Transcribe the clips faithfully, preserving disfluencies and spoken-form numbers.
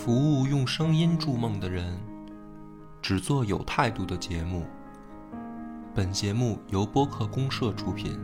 服务用声音筑梦的人，只做有态度的节目。本节目由播客公社出品。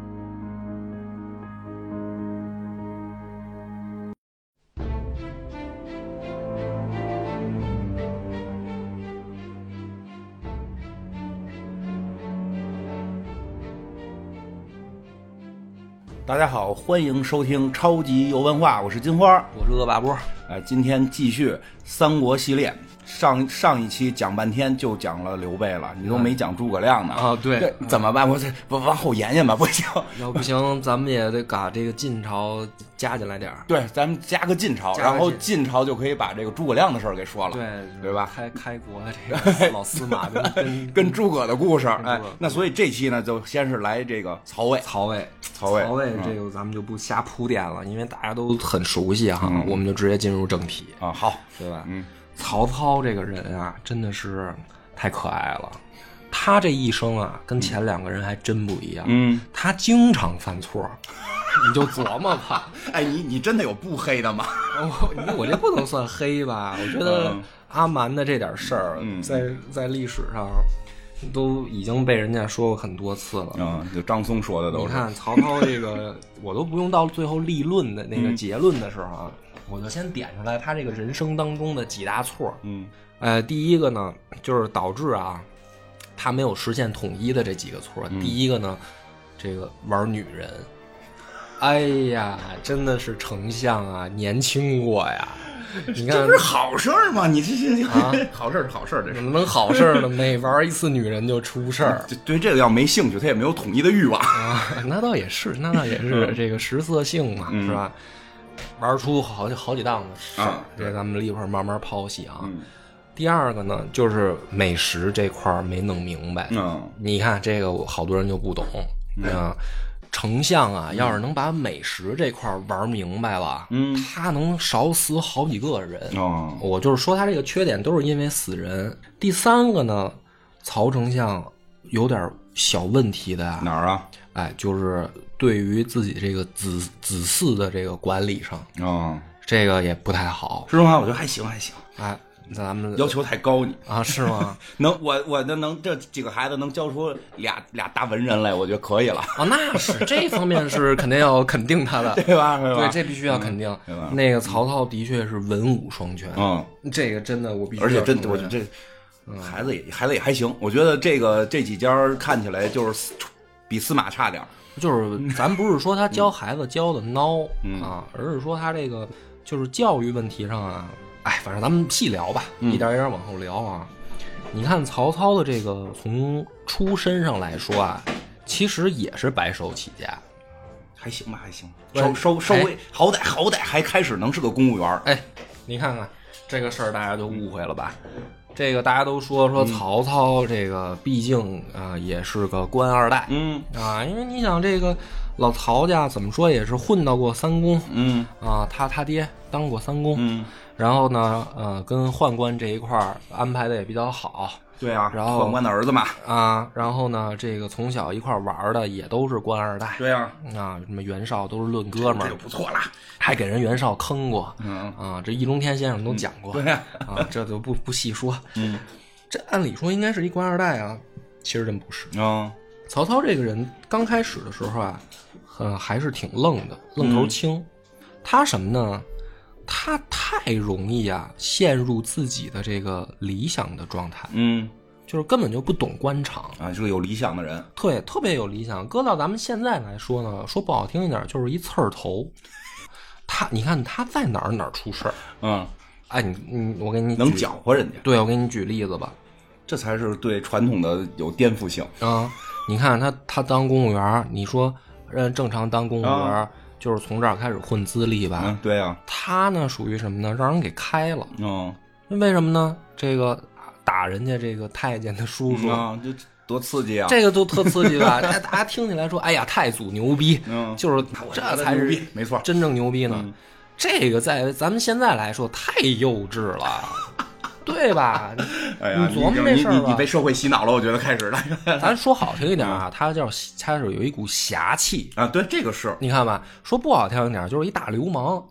大家好，欢迎收听超级游文化，我是金花， 我是恶霸波。 哎，今天继续三国系列，上上一期讲半天就讲了刘备了，你都没讲诸葛亮呢啊？对， 这怎么办？我这不往后延延吧，不行。 要不行，咱们也得把这个晋朝加进来点儿。 对，咱们加个晋朝， 个然后晋朝就可以把这个诸葛亮的事儿给说了， 对对吧？ 开开国这个老司马跟跟跟诸葛的故事。哎，那所以这期呢，就先是来这个曹魏， 曹魏， 曹魏， 曹魏这个咱们就不瞎铺垫了，因为大家都很熟悉哈，嗯、我们就直接进入正题啊。好， 对吧？ 嗯， 曹操这个人啊，真的是太可爱了。他这一生啊，跟前两个人还真不一样。 嗯， 他经常犯错，你就琢磨吧。 哎，你你真的有不黑的吗？ 我我这不能算黑吧？我觉得阿蛮的这点事儿， 嗯、 在在历史上都已经被人家说过很多次了。 嗯，就张松说的都是。 你看曹操这个，我都不用到最后立论的那个结论的时候啊。嗯，我就先点出来他这个人生当中的几大错。 嗯， 呃，第一个呢，就是导致啊，他没有实现统一的这几个错。 嗯、 第一个呢，这个玩女人，哎呀，真的是丞相啊，年轻过呀。你看， 这不是好事儿吗？你这是啊， 好事儿，好事儿，这怎么能好事儿呢？每玩一次女人就出事儿。 对这个要没兴趣，他也没有统一的欲望啊。那倒也是，那倒也是，这个食色性嘛， 嗯、 是吧？玩出好几好几档子事儿， 啊， 这咱们一会儿慢慢剖析啊。 嗯、 第二个呢，就是美食这块儿没弄明白。 嗯， 你看这个，好多人就不懂啊。丞相啊，要是能把美食这块玩明白了， 嗯， 他能少死好几个人。 哦， 我就是说他这个缺点都是因为死人。第三个呢，曹丞相有点小问题的啊。 哪儿啊？ 哎，就是对于自己这个子子嗣的这个管理上， 哦， 这个也不太好。 是吗？我觉得还行，还行。 哎。咱们要求太高你啊？是吗？ 能我我的能这几个孩子能教出俩俩大文人来，我觉得可以了啊。那是这方面是肯定要肯定他的， 对吧？对吧？ 对，这必须要肯定。 嗯、 那个曹操的确是文武双全， 嗯， 这个真的我必须。 而且真，我觉得这、嗯、孩子也孩子也还行。我觉得这个这几家看起来就是比司马差点， 就是咱不是说他教孩子教的孬、 嗯、 啊，而是说他这个就是教育问题上啊。哎，反正咱们细聊吧， 嗯、 一点一点往后聊啊。你看曹操的这个从出身上来说啊，其实也是白手起家， 还行吧，还行，稍稍稍微、哎、好歹好歹还开始能是个公务员。 哎，你看看这个事儿，大家就误会了吧？这个大家都说说曹操这个毕竟啊、呃、也是个官二代， 嗯啊，因为你想这个老曹家怎么说也是混到过三公， 嗯啊，他他爹当过三公， 嗯。 然后呢，呃，跟宦官这一块儿安排的也比较好。 对啊， 然后宦官的儿子嘛。 啊，然后呢，这个从小一块玩的也都是官二代。 对啊， 啊，什么袁绍都是论哥们儿， 这就不错了。 还给人袁绍坑过。 嗯啊，这易中天先生都讲过。 嗯、对啊， 啊，这就不不细说。 嗯， 这按理说应该是一官二代啊，其实真不是。 嗯， 曹操这个人刚开始的时候啊，呃，还是挺愣的，愣头青。嗯、他什么呢？他太容易啊，陷入自己的这个理想的状态， 嗯， 就是根本就不懂官场啊，是个有理想的人， 对，特别有理想。搁到咱们现在来说呢，说不好听一点，就是一刺儿头。他，你看他在哪儿哪儿出事儿， 嗯， 哎，你你，我给你能搅和人家， 对，我给你举例子吧， 这才是对传统的有颠覆性啊。你看他他当公务员，你说人正常当公务员。啊就是从这儿开始混资历吧， 嗯，对啊， 他呢属于什么呢？让人给开了， 嗯， 为什么呢？这个打人家这个太监的叔叔啊，这多刺激啊！ 这个都特刺激吧？大家听起来说，哎呀，太祖牛逼， 嗯， 就是这才是没错， 真正牛逼呢。 嗯、 这个在咱们现在来说太幼稚了。对吧？ 哎呀， 你琢磨这事儿吧， 你被社会洗脑了，我觉得开始了。 咱说好听一点啊，他叫他是有一股侠气啊，对，这个是。 你看吧，说不好听一点，就是一大流氓，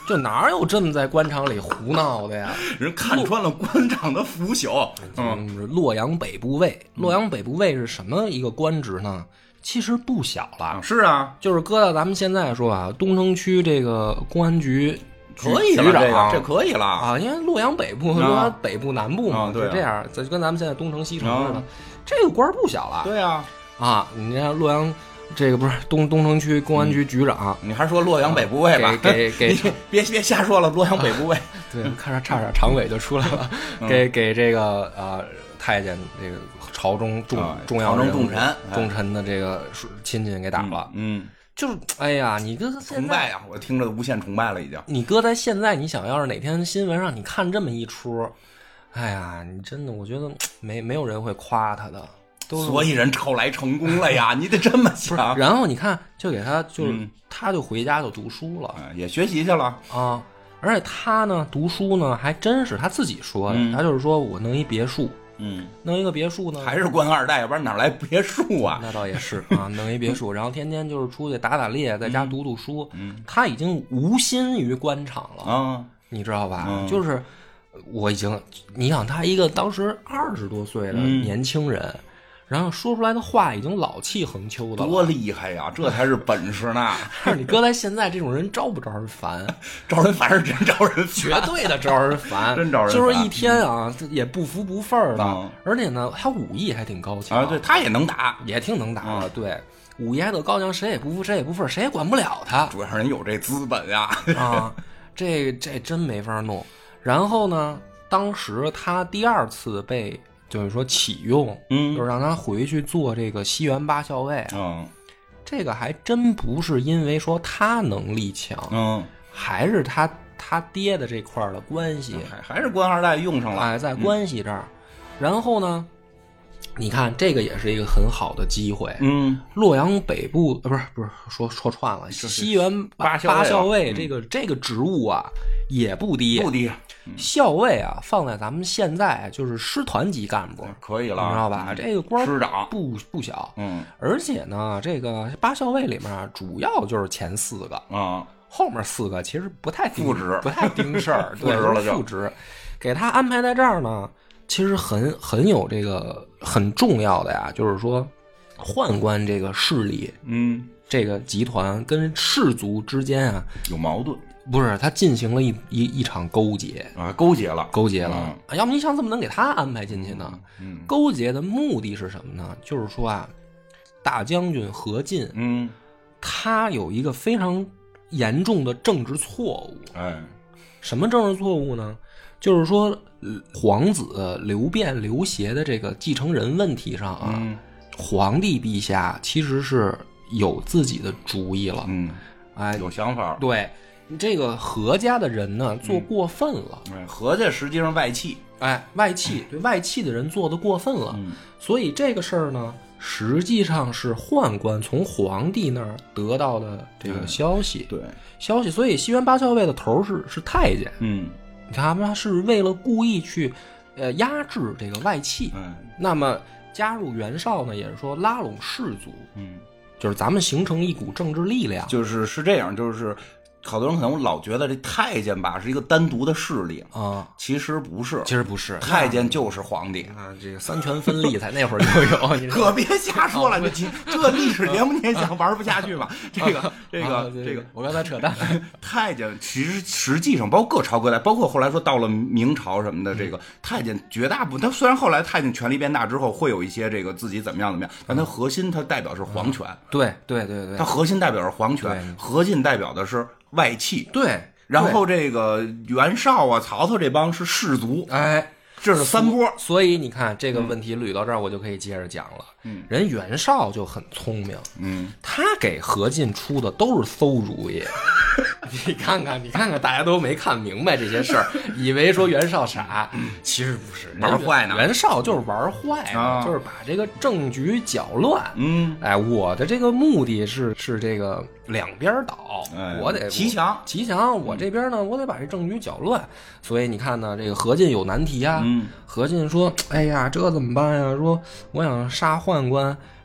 就哪有这么在官场里胡闹的呀？ 人看穿了官场的腐朽。 嗯，洛阳北部尉，洛阳北部尉是什么一个官职呢？其实不小了。 是啊， 就是搁到咱们现在说啊，东城区这个公安局可以了， 局长这个这可以了啊，因为洛阳北部、洛阳北部、南部嘛， 是这样，就跟咱们现在东城、西城似的，这个官不小了。 对啊， 啊，你看洛阳。这个不是东东城区公安局局长， 嗯、你还说洛阳北部尉吧？ 给给给， 别别瞎说了，洛阳北部尉。 对，看着差点常委就出来了， 嗯、 给给这个呃太监这个朝中重、 啊、 重要人重臣重臣的这个亲戚给打了。 嗯，嗯就是哎呀，你跟崇拜啊，我听着无限崇拜了已经。 你搁在现在，你想要是哪天新闻上你看这么一出，哎呀，你真的我觉得没没有人会夸他的。 所以人后来成功了呀，你得这么想。 然后你看，就给他就是、嗯，他就回家就读书了， 也学习去了啊。而且他呢，读书呢还真是他自己说的， 嗯、 他就是说我弄一别墅， 嗯， 弄一个别墅呢， 还是官二代，要不然哪来别墅啊？ 那倒也是啊，弄一别墅，然后天天就是出去打打猎，在家读读书。 嗯， 他已经无心于官场了啊、嗯， 你知道吧？ 嗯、 就是。我已经，你想他一个当时二十多岁的年轻人、嗯，然后说出来的话已经老气横秋的了， 多厉害呀！这才是本事呢。 但是你搁在现在，这种人招不招人烦？ 招人烦是真招人烦， 绝对的招人烦， 真招人烦。 就是一天啊，嗯、也不服不忿的、 嗯， 而且呢，他武艺还挺高强啊，对他也能打， 也挺能打的， 嗯、 对。武艺还特高强，谁也不服，谁也不忿，谁也管不了他。 主要人有这资本呀！ 啊，这这真没法弄。然后呢，当时他第二次被就是说启用， 嗯， 就是让他回去做这个西园八校尉。 嗯， 这个还真不是因为说他能力强， 嗯， 还是他他爹的这块的关系， 还还是官二代用上了， 哎，在关系这儿。嗯、然后呢？你看，这个也是一个很好的机会。 嗯， 洛阳北部呃，不是不是说说串了，西园八八校尉这个、嗯、这个职务啊也不低， 不低。 嗯、校尉啊，放在咱们现在就是师团级干部， 可以了， 你知道吧？嗯、这个官师长不不小。 嗯， 而且呢，这个八校尉里面主要就是前四个啊， 后面四个其实不太副职， 不太盯事儿， 副职了就副职，给他安排在这儿呢。其实很很有这个很重要的呀，就是说宦官这个势力， 嗯， 这个集团跟士族之间啊有矛盾， 不是他进行了一一一场勾结啊，勾结了， 勾结了、 嗯， 要么你想怎么能给他安排进去呢？ 嗯， 勾结的目的是什么呢？就是说啊，大将军何进， 嗯， 他有一个非常严重的政治错误， 哎， 什么政治错误呢？就是说，皇子刘辩、刘协的这个继承人问题上啊， 嗯、 皇帝陛下其实是有自己的主意了， 嗯， 哎， 有想法。 对，这个何家的人呢，做过分了。 嗯、何家实际上外戚， 哎，外戚对外戚的人做的过分了， 嗯、 所以这个事儿呢，实际上是宦官从皇帝那儿得到的这个消息， 对消息。所以西园八校尉的头是是太监， 嗯。 他们是为了故意去，呃，压制这个外戚。 嗯， 那么加入袁绍呢，也是说拉拢士族。 嗯， 就是咱们形成一股政治力量。 就是是这样，就是好多人可能老觉得这太监吧是一个单独的势力啊， 其实不是， 其实不是， 太监就是皇帝啊，这个三权分立才那会儿就有，你可别瞎说了，你这历史节目你也想玩不下去吧？这个这个这个， 我刚才扯淡。 太监其实实际上包括各朝各代，包括后来说到了明朝什么的，这个太监绝大部分，他虽然后来太监权力变大之后会有一些这个自己怎么样怎么样，但他核心他代表是皇权， 对对对对， 他核心代表是皇权，何进代表的是外戚， 对， 然后这个袁绍啊、曹操这帮是士族， 哎， 这是三波。 所以你看这个问题捋到这儿，我就可以接着讲了。 嗯， 人袁绍就很聪明， 嗯， 他给何进出的都是馊主意。你看看，你看看，大家都没看明白这些事儿，以为说袁绍傻，其实不是， 玩坏呢。 袁绍就是玩坏呢、啊，就是把这个政局搅乱。 嗯， 哎，我的这个目的是是这个两边倒， 哎、 我得齐强， 齐强。我这边呢，我得把这政局搅乱。所以你看呢，这个何进有难题啊。 嗯， 何进说：“哎呀，这怎么办呀？说我想杀宦官。”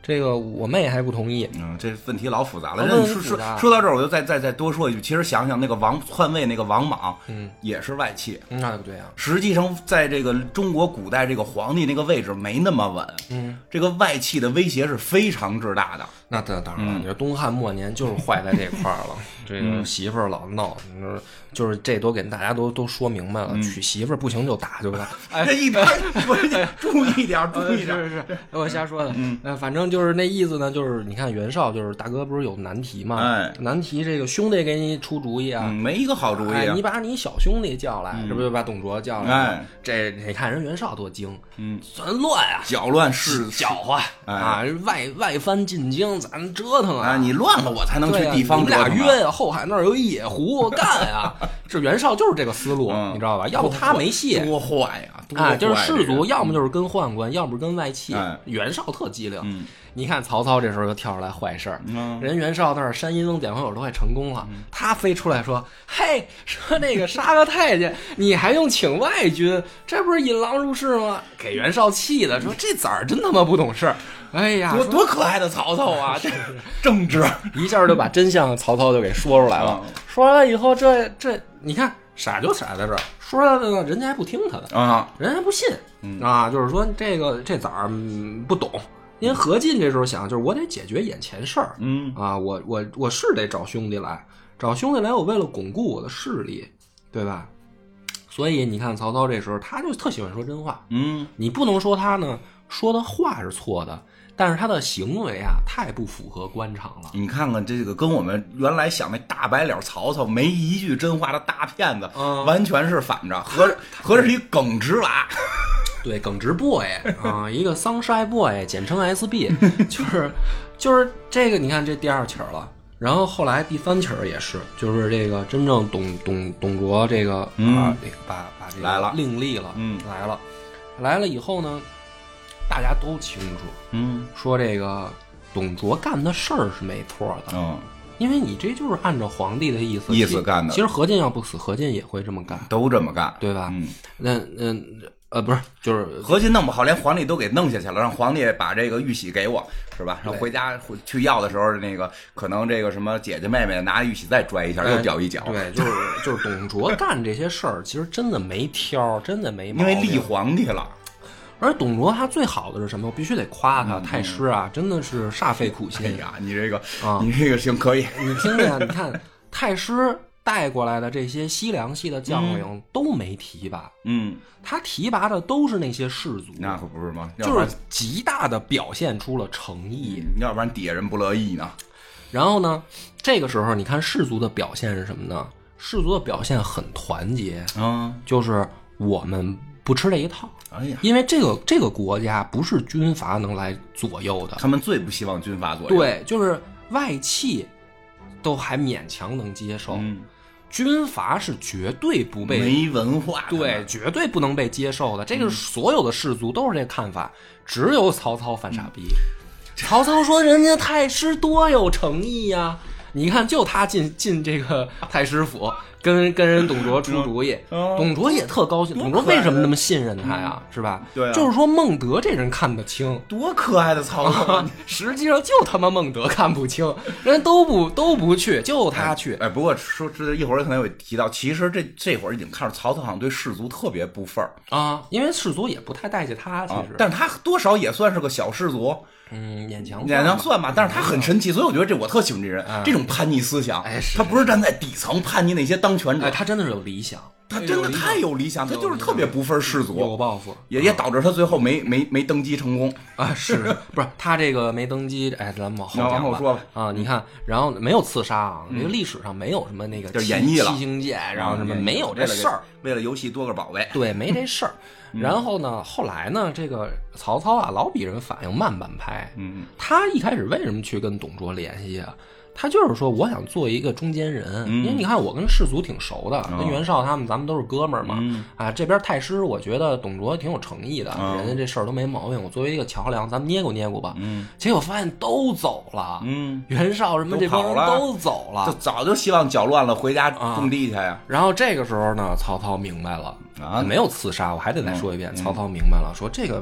这个我妹还不同意。 嗯，这问题老复杂了。 说说说到这儿，我就再再再多说一句，其实想想那个王篡位那个王莽， 嗯， 也是外戚。 那对啊， 实际上在这个中国古代，这个皇帝那个位置没那么稳。 嗯， 这个外戚的威胁是非常之大的。 那当当然了，你说东汉末年就是坏在这块儿了。这个媳妇儿老闹，你说就是这都给大家都都说明白了，娶媳妇儿不行就打，对吧？哎， 这一点我注意点，注意点， 是是，我瞎说的。嗯，呃，反正就是那意思呢，就是你看袁绍，就是大哥不是有难题吗？ 哎， 难题这个兄弟给你出主意啊， 没一个好主意啊。 你把你小兄弟叫来，这不就把董卓叫来？ 哎， 这你看人袁绍多精， 嗯， 咱乱啊， 搅乱是搅和啊，外外藩进京，咱折腾啊， 你乱了我才能去地方。 你们俩约呀，后海那儿有一野湖，干呀！这袁绍就是这个思路，你知道吧？要不他没戏， 多坏呀！ 啊，就是士族，要么就是跟宦官，要么是跟外戚。袁绍特机灵，你看曹操这时候又跳出来坏事儿，人袁绍那儿煽阴风点火都快成功了，他飞出来说：“嘿，说那个杀个太监，你还用请外军，这不是引狼入室吗？”给袁绍气的说：“这崽儿真他妈不懂事儿！”哎呀， 多多可爱的曹操啊！这正直， 一下就把真相曹操就给说出来了。说完了以后，这这你看傻就傻在这儿，说出来了呢，人家还不听他的啊， 人还不信、 嗯、 啊，就是说这个这崽儿、嗯、不懂。因为何进这时候想，就是我得解决眼前事儿， 嗯啊，我我我是得找兄弟来，找兄弟来，我为了巩固我的势力，对吧？所以你看曹操这时候他就特喜欢说真话， 嗯， 你不能说他呢说的话是错的。但是他的行为啊，太不符合官场了。 你看看这个，跟我们原来想那大白脸曹操没一句真话的大骗子， 嗯、 完全是反着，合着合着是一耿直娃。 对，耿直 boy 啊，一个 sunshine boy， 简称 S B， 就是就是这个，你看这第二曲了。然后后来第三曲也是，就是这个真正董董董卓这个、 嗯、 啊，这个把把这个来了另立了， 嗯， 来了，来了以后呢。大家都清楚， 嗯， 说这个董卓干的事儿是没错的， 嗯， 因为你这就是按照皇帝的意思意思干的。 其实何进要不死，何进也会这么干， 都这么干， 对吧？ 嗯， 那那呃不是，就是何进弄不好，连皇帝都给弄下去了，让皇帝把这个玉玺给我，是吧？让回家去要的时候，那个可能这个什么姐姐妹妹拿玉玺再拽一下，又掉一脚。 对，就是就是董卓干这些事儿，其实真的没挑，真的没毛病，因为立皇帝了。 而董卓他最好的是什么？我必须得夸他，太师啊，真的是煞费苦心。 哎呀，你这个啊， 你这个行可以。 你听听，你看太师带过来的这些西凉系的将领都没提拔， 嗯， 他提拔的都是那些士族， 那可不是吗？ 就是极大的表现出了诚意， 嗯、要不然底下人不乐意呢。 然后呢，这个时候你看士族的表现是什么呢？士族的表现很团结， 嗯， 就是我们不吃这一套。 哎呀， 因为这个这个国家不是军阀能来左右的， 他们最不希望军阀左右。 对，就是外戚都还勉强能接受， 嗯、 军阀是绝对不被没文化， 对，绝对不能被接受的。这个所有的士族都是这个看法，只有曹操犯傻逼。嗯、曹操说：“人家太师多有诚意呀、啊！你看，就他进进这个太师府。”跟跟人董卓出主意， 嗯、 董卓也特高兴。董卓为什么那么信任他呀？是吧？ 对、啊， 就是说孟德这人看得清， 多可爱的曹操、啊！ 实际上就他妈孟德看不清，人都不都不去，就他去。 哎，不过说这一会儿可能有提到，其实这这会儿已经看出曹操好像对士族特别不忿儿啊，因为士族也不太待见他，其实、啊， 但是他多少也算是个小士族。 嗯，勉强勉强算吧，但是他很神奇，所以我觉得这我特喜欢这人， 嗯、 这种叛逆思想， 哎， 他不是站在底层叛逆那些当权者， 哎，他真的是有理想， 他真的太有理想，他就是特别不忿士族， 有抱负， 也也导致他最后没没没登基成功啊，是不是他这个没登基？哎，咱们往后讲吧， 往后说吧啊，你看，然后没有刺杀啊，这个历史上没有什么那个就是演绎了七星剑，然后什么没有这事儿， 为了游戏多个宝贝， 对，没这事儿。然后呢，后来呢，这个曹操啊，老比人反应慢半拍。 嗯， 他一开始为什么去跟董卓联系啊？他就是说，我想做一个中间人， 嗯、 因为你看我跟士族挺熟的， 嗯、 跟袁绍他们咱们都是哥们儿嘛。 嗯、 啊，这边太师我觉得董卓挺有诚意的， 嗯、 人家这事儿都没毛病。我作为一个桥梁，咱们捏咕捏咕吧。 嗯， 结果发现都走了。 嗯， 袁绍什么这帮人都走了， 就早就希望搅乱了，回家种地去呀、 啊。然后这个时候呢，曹操明白了。 啊， 没有刺杀，我还得再说一遍。嗯、曹操明白了，说这个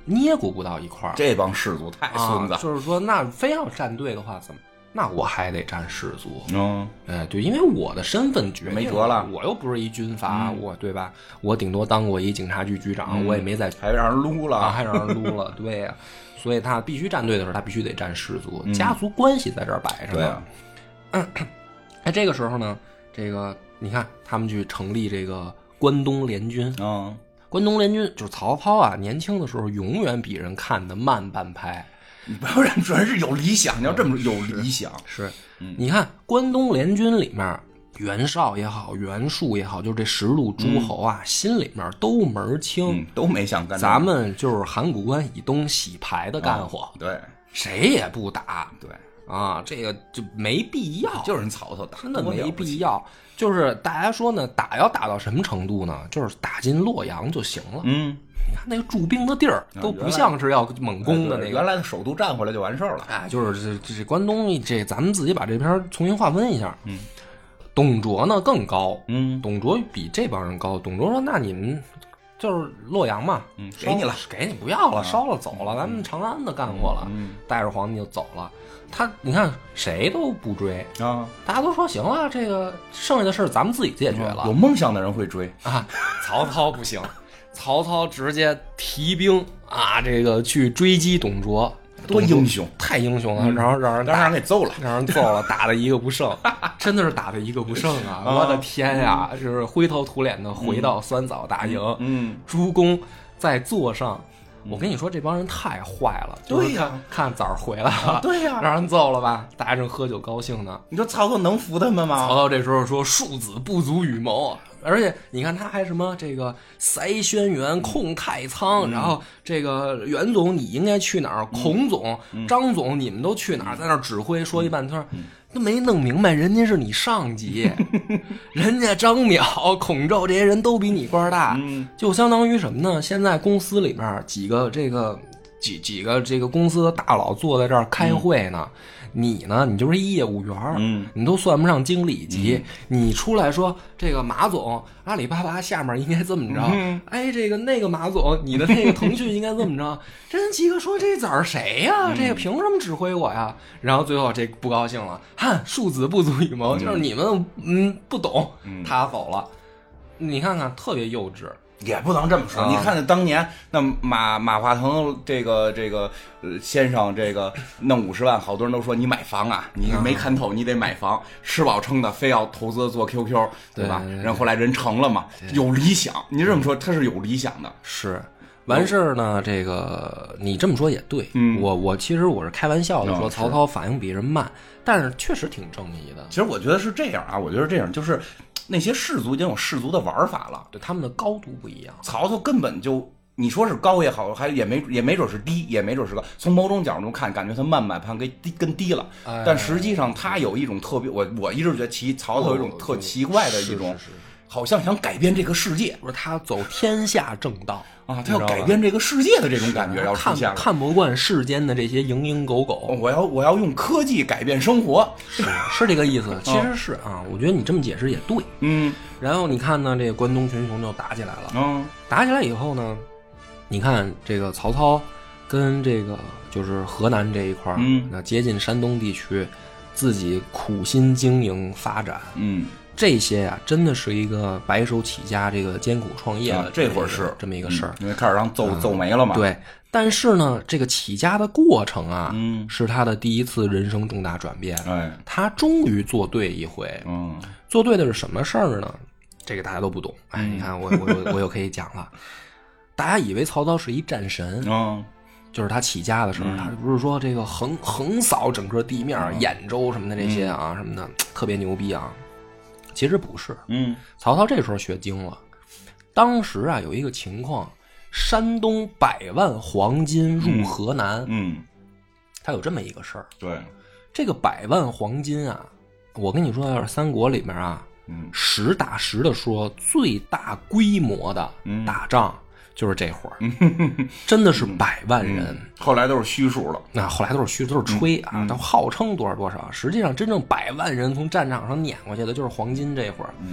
捏咕不到一块儿。 这帮士族太孙子、 啊，就是说，那非要站队的话，怎么？那我还得站士族。 嗯， 哎，对，因为我的身份决定没辙了， 我又不是一军阀， 嗯、 我对吧？我顶多当过一警察局局长， 嗯、 我也没在， 还让人撸了， 啊、还让人撸了，对呀、啊。所以他必须站队的时候，他必须得站士族， 嗯、 家族关系在这儿摆着呢。 对啊。 嗯，哎，这个时候呢，这个你看他们去成立这个关东联军。 嗯， 关东联军就是曹操啊，年轻的时候永远比人看得慢半拍。 你不要让主要是有理想，你要这么有理想是。 嗯、 你看关东联军里面，袁绍也好，袁术也好，就这十路诸侯啊，嗯、心里面都门清、 嗯，都没想干。 咱们就是函谷关以东洗牌的干活， 哦、对， 谁也不打， 对啊，这个就没必要， 就是人曹操打， 真的没必要。就是大家说呢，打要打到什么程度呢？就是打进洛阳就行了。 嗯。 你看那个驻兵的地儿都不像是要猛攻的那个， 原来的首都占回来就完事儿了。 哎，就是这这关东这，咱们自己把这边重新划分一下。 嗯， 董卓呢更高， 嗯， 董卓比这帮人高。董卓说：“那你们就是洛阳嘛， 嗯，给你了， 给你不要了，烧了走了，咱们长安的干活了。” 嗯， 带着皇帝就走了。他你看谁都不追啊， 大家都说行了，这个剩下的事咱们自己解决了。 有梦想的人会追啊，曹操不行。曹操直接提兵啊，这个去追击董卓， 多英雄， 太英雄了！然后让人让人给揍了， 让人揍了，打的一个不剩，真的是打的一个不剩啊！我的天呀，就是灰头土脸的回到酸枣大营， 嗯， 诸公在座上。我跟你说，这帮人太坏了。 对呀， 看枣回来了， 对呀， 让人揍了吧？大家正喝酒高兴呢。 你说曹操能服他们吗？ 曹操这时候说：“庶子不足与谋。”而且你看他还什么这个塞轩辕控太仓、嗯、然后这个袁总你应该去哪儿、嗯、孔总、嗯、张总你们都去哪儿，在那儿指挥说一半天，都、嗯、没弄明白人家是你上级人家张邈孔宙这些人都比你官大、 嗯、 就相当于什么呢？现在公司里面几个这个几几个这个公司的大佬坐在这儿开会呢、嗯你呢？你就是一业务员， 嗯， 你都算不上经理级。 嗯、 你出来说这个马总，阿里巴巴下面应该这么着， 嗯、 哎，这个那个马总，你的那个腾讯应该这么着。这几个说这崽儿谁呀、啊？这个凭什么指挥我呀？然后最后这不高兴了，哼，庶子不足与谋，就是你们嗯不懂，他走了。你看看，特别幼稚。 也不能这么说，啊、你看当年那马马化腾这个这个呃先生这个弄五十万，好多人都说你买房啊，你没看透，你得买房，吃饱撑的非要投资做 Q Q， 对吧？然后后来人成了嘛，有理想。你这么说他是有理想的， 是完事儿呢。这个你这么说也对， 嗯， 我我其实我是开玩笑的说曹操反应比人慢，但是确实挺正义的。 其实我觉得是这样啊，我觉得这样就是。那些士族已经有士族的玩法了， 对他们的高度不一样。 曹操根本就，你说是高也好，还也没也没准是低，也没准是高。从某种角度看，感觉他慢半拍跟低跟低了， 哎、 但实际上他有一种特别，我我一直觉得其曹操有一种特奇怪的一种， 是是是好像想改变这个世界， 不是他走天下正道啊，他要改变这个世界的这种感觉要出现了， 看不惯世间的这些蝇营狗苟， 我要我要用科技改变生活， 是是这个意思，其实是啊，我觉得你这么解释也对， 嗯。 然后你看呢，这个关东群雄就打起来了， 嗯， 打起来以后呢，你看这个曹操跟这个就是河南这一块儿， 嗯， 那接近山东地区，自己苦心经营发展， 嗯。 这些呀、啊，真的是一个白手起家、这个艰苦创业的、 啊、这会儿是这么一个事儿、 嗯，因为开始让揍、嗯、揍没了嘛。 对，但是呢，这个起家的过程啊， 嗯， 是他的第一次人生重大转变。 哎， 他终于做对一回。 嗯， 做对的是什么事儿呢？这个大家都不懂。哎，你看我我我又可以讲了。大家以为曹操是一战神。 嗯。 就是他起家的时候， 嗯、 他不是说这个横横扫整个地面、 嗯、 兖州什么的这些啊、嗯、什么的，特别牛逼啊。其实不是， 嗯， 曹操这时候学精了。当时啊，有一个情况，山东百万黄金入河南， 嗯， 他有这么一个事儿。 对， 这个百万黄金啊，我跟你说，要是三国里面啊， 嗯， 实打实的说，最大规模的打仗。嗯就是这会儿，真的是百万人、 嗯，后来都是虚数了。 那、啊、后来都是虚，都是吹啊， 嗯、 都号称多少多少。实际上，真正百万人从战场上撵过去的，就是黄金这会儿。 嗯，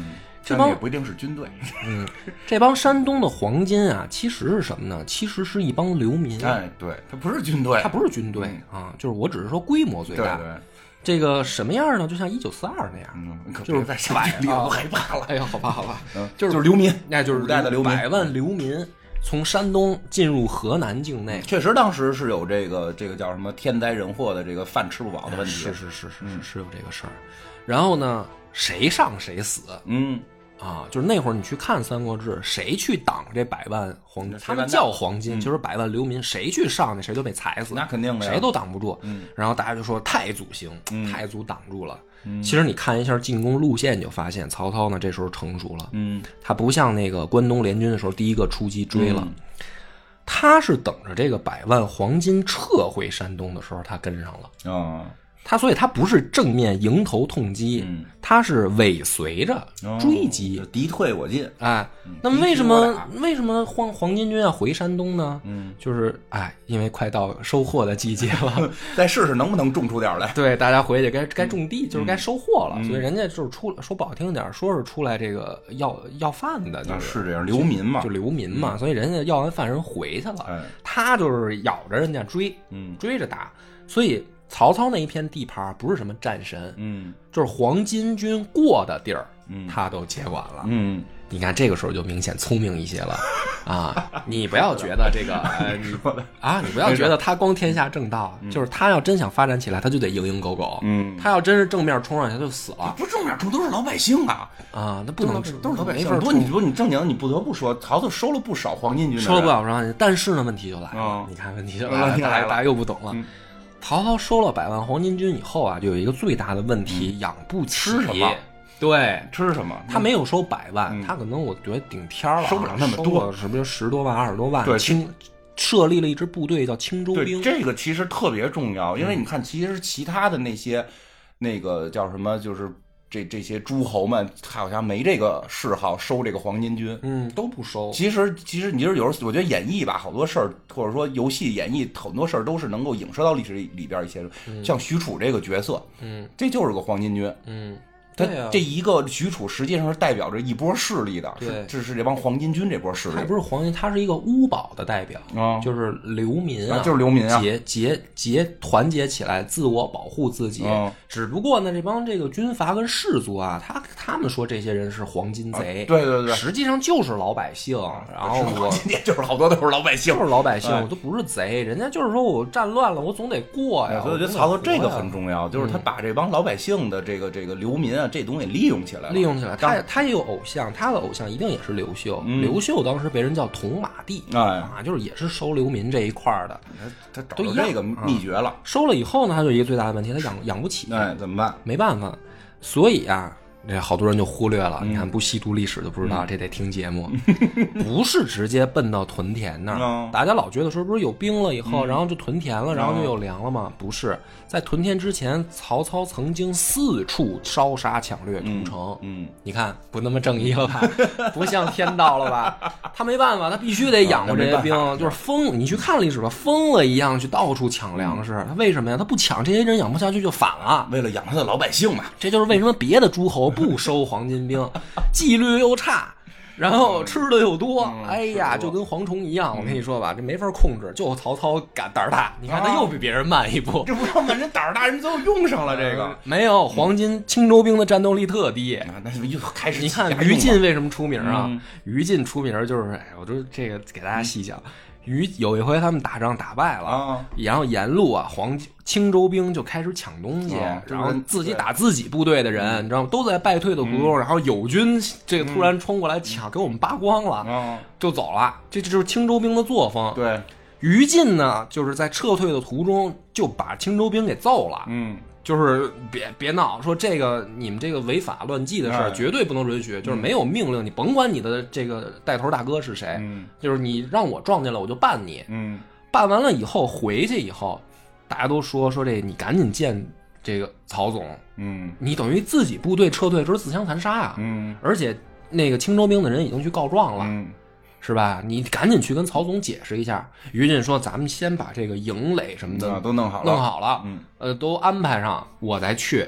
这帮也不一定是军队。 嗯，这帮山东的黄巾啊，其实是什么呢？其实是一帮流民。 哎，对，他不是军队， 他不是军队、嗯、啊，就是我只是说规模最大。 对对。 这个什么样呢？就像一九四二那样， 嗯， 就是在山里我害怕了。 哎呀，好怕好怕， 嗯， 就是就是流民， 那就是古代的流民， 百万流民从山东进入河南境内。 确实，当时是有这个这个叫什么天灾人祸的这个饭吃不饱的问题。 是是是是是是有这个事儿。然后呢，谁上谁死。 嗯。 啊，就是那会儿你去看《三国志》，谁去挡这百万黄巾？他们叫黄巾， 嗯、 就是百万流民，谁去上去谁就被踩死。 那肯定的， 谁都挡不住。 嗯， 然后大家就说太祖行， 嗯、 太祖挡住了。 嗯， 其实你看一下进攻路线，你就发现曹操呢这时候成熟了。 嗯， 他不像那个关东联军的时候第一个出击追了， 嗯、 他是等着这个百万黄巾撤回山东的时候，他跟上了。 哦。 他所以他不是正面迎头痛击， 嗯， 他是尾随着追击， 哦、敌退我进。 哎，那么为什么为什么黄黄巾军要回山东呢？ 嗯， 就是哎，因为快到收获的季节了， 再试试能不能种出点来。 对，大家回去该该种地，就是该收获了， 嗯、 所以人家就是出说不好听点，说是出来这个要要饭的，就是、 是这样，流民嘛， 就流民嘛， 嗯、 所以人家要完饭人回去了， 哎、 他就是咬着人家追， 嗯， 追着打，所以。曹操那一片地盘不是什么战神， 嗯， 就是黄巾军过的地儿， 嗯， 他都接管了， 嗯， 你看这个时候就明显聪明一些了，啊，你不要觉得这个，呃，你啊，你不要觉得他光天下正道， 嗯、 就是他要真想发展起来，他就得蝇营狗苟， 嗯， 他要真是正面冲上去，他就死了， 不是正面冲都是老百姓啊， 啊，那不能都是老百姓，不过你说你正经，你不得不说，曹操收了不少黄巾军， 收了不少黄巾，但是呢，问题就来了， 哦、 你看问题就来了，大家大家又不懂了。 嗯曹操收了百万黄巾军以后啊，就有一个最大的问题， 嗯、 养不起。 吃什么？ 对， 吃什么？ 他没有收百万， 嗯、 他可能我觉得顶天了， 收不了那么多， 是不是十多万、二十多万？ 对， 青设立了一支部队叫青州兵。 这个其实特别重要，因为你看，其实其他的那些，那个叫什么，就是。这这些诸侯们好像没这个嗜好收这个黄巾军， 嗯，都不收。 其实其实你就是有时候我觉得演绎吧，好多事儿或者说游戏演绎很多事儿都是能够影射到历史里边一些， 嗯、 像许褚这个角色， 嗯， 这就是个黄巾军， 嗯。 他这一个许褚实际上是代表着一波势力的， 对， 这是这帮黄巾军这波势力。 他不是黄巾，他是一个乌保的代表， 啊、 就是流民啊， 啊就是流民啊， 结结结团结起来，自我保护自己。 啊、 只不过呢，这帮这个军阀跟士族啊，他他们说这些人是黄巾贼， 啊、对对对， 实际上就是老百姓。然后我就是好多都是老百姓， 就是老百姓， 哎、 我都不是贼，人家就是说我战乱了，我总得过呀。 所以我觉得曹操这个很重要，就是他把这帮老百姓的这个这个流民啊，这东西利用。起来利用起来，他他也有偶像，他的偶像一定也是刘秀。 嗯、 刘秀当时被人叫铜马帝， 哎、 啊，就是也是收流民这一块的。 他他找到这个秘诀了、 啊。收了以后呢，他就一个最大的问题，他养养不起。 哎，怎么办？ 没办法，所以啊。这好多人就忽略了， 嗯、 你看不细读历史就不知道， 嗯、 这得听节目，不是直接奔到屯田那儿。 嗯、 大家老觉得说不是有兵了以后， 嗯、 然后就屯田了，然后就有粮了吗？不是，在屯田之前，曹操曾经四处烧杀抢掠屠城。 嗯，嗯你看不那么正义了吧？不像天道了吧？他没办法，他必须得养活这些兵， 啊、 就是疯。你去看历史吧，疯了一样去到处抢粮食。他为什么呀？他不抢，这些人养不下去就反了。 为了养他的老百姓嘛， 这就是为什么别的诸侯不收黄巾兵，纪律又差，然后吃的又多， 嗯、 哎呀，就跟蝗虫一样。嗯、我跟你说吧，这没法控制，就曹操敢胆儿大。你看他又比别人慢一步， 啊、这不说慢，人胆儿大，人最后用上了这个。 呃、没有黄巾青州兵的战斗力特低， 啊、那又开始。 你看于禁为什么出名啊？ 嗯、 于禁出名就是，哎，我就这个给大家细讲。于有一回他们打仗打败了， 啊、 然后沿路啊黄青州兵就开始抢东西， 啊、 然后自己打自己部队的人，你知道吗？都在败退的途中， 嗯、 然后友军这个突然冲过来抢，嗯、给我们扒光了， 啊、 就走了。这就是青州兵的作风。 对， 于禁呢，就是在撤退的途中就把青州兵给揍了。 嗯。 就是别别闹，说这个你们这个违法乱纪的事儿绝对不能允许， 嗯、 就是没有命令，你甭管你的这个带头大哥是谁， 嗯、 就是你让我撞见了我就办你， 嗯， 办完了以后回去以后，大家都说说这你赶紧见这个曹总， 嗯， 你等于自己部队撤退的时候自相残杀啊， 嗯， 而且那个青州兵的人已经去告状了， 嗯。 是吧？你赶紧去跟曹总解释一下。于禁说：“咱们先把这个营垒什么的、 嗯、都弄好了， 弄好了， 嗯， 呃，都安排上，我再去。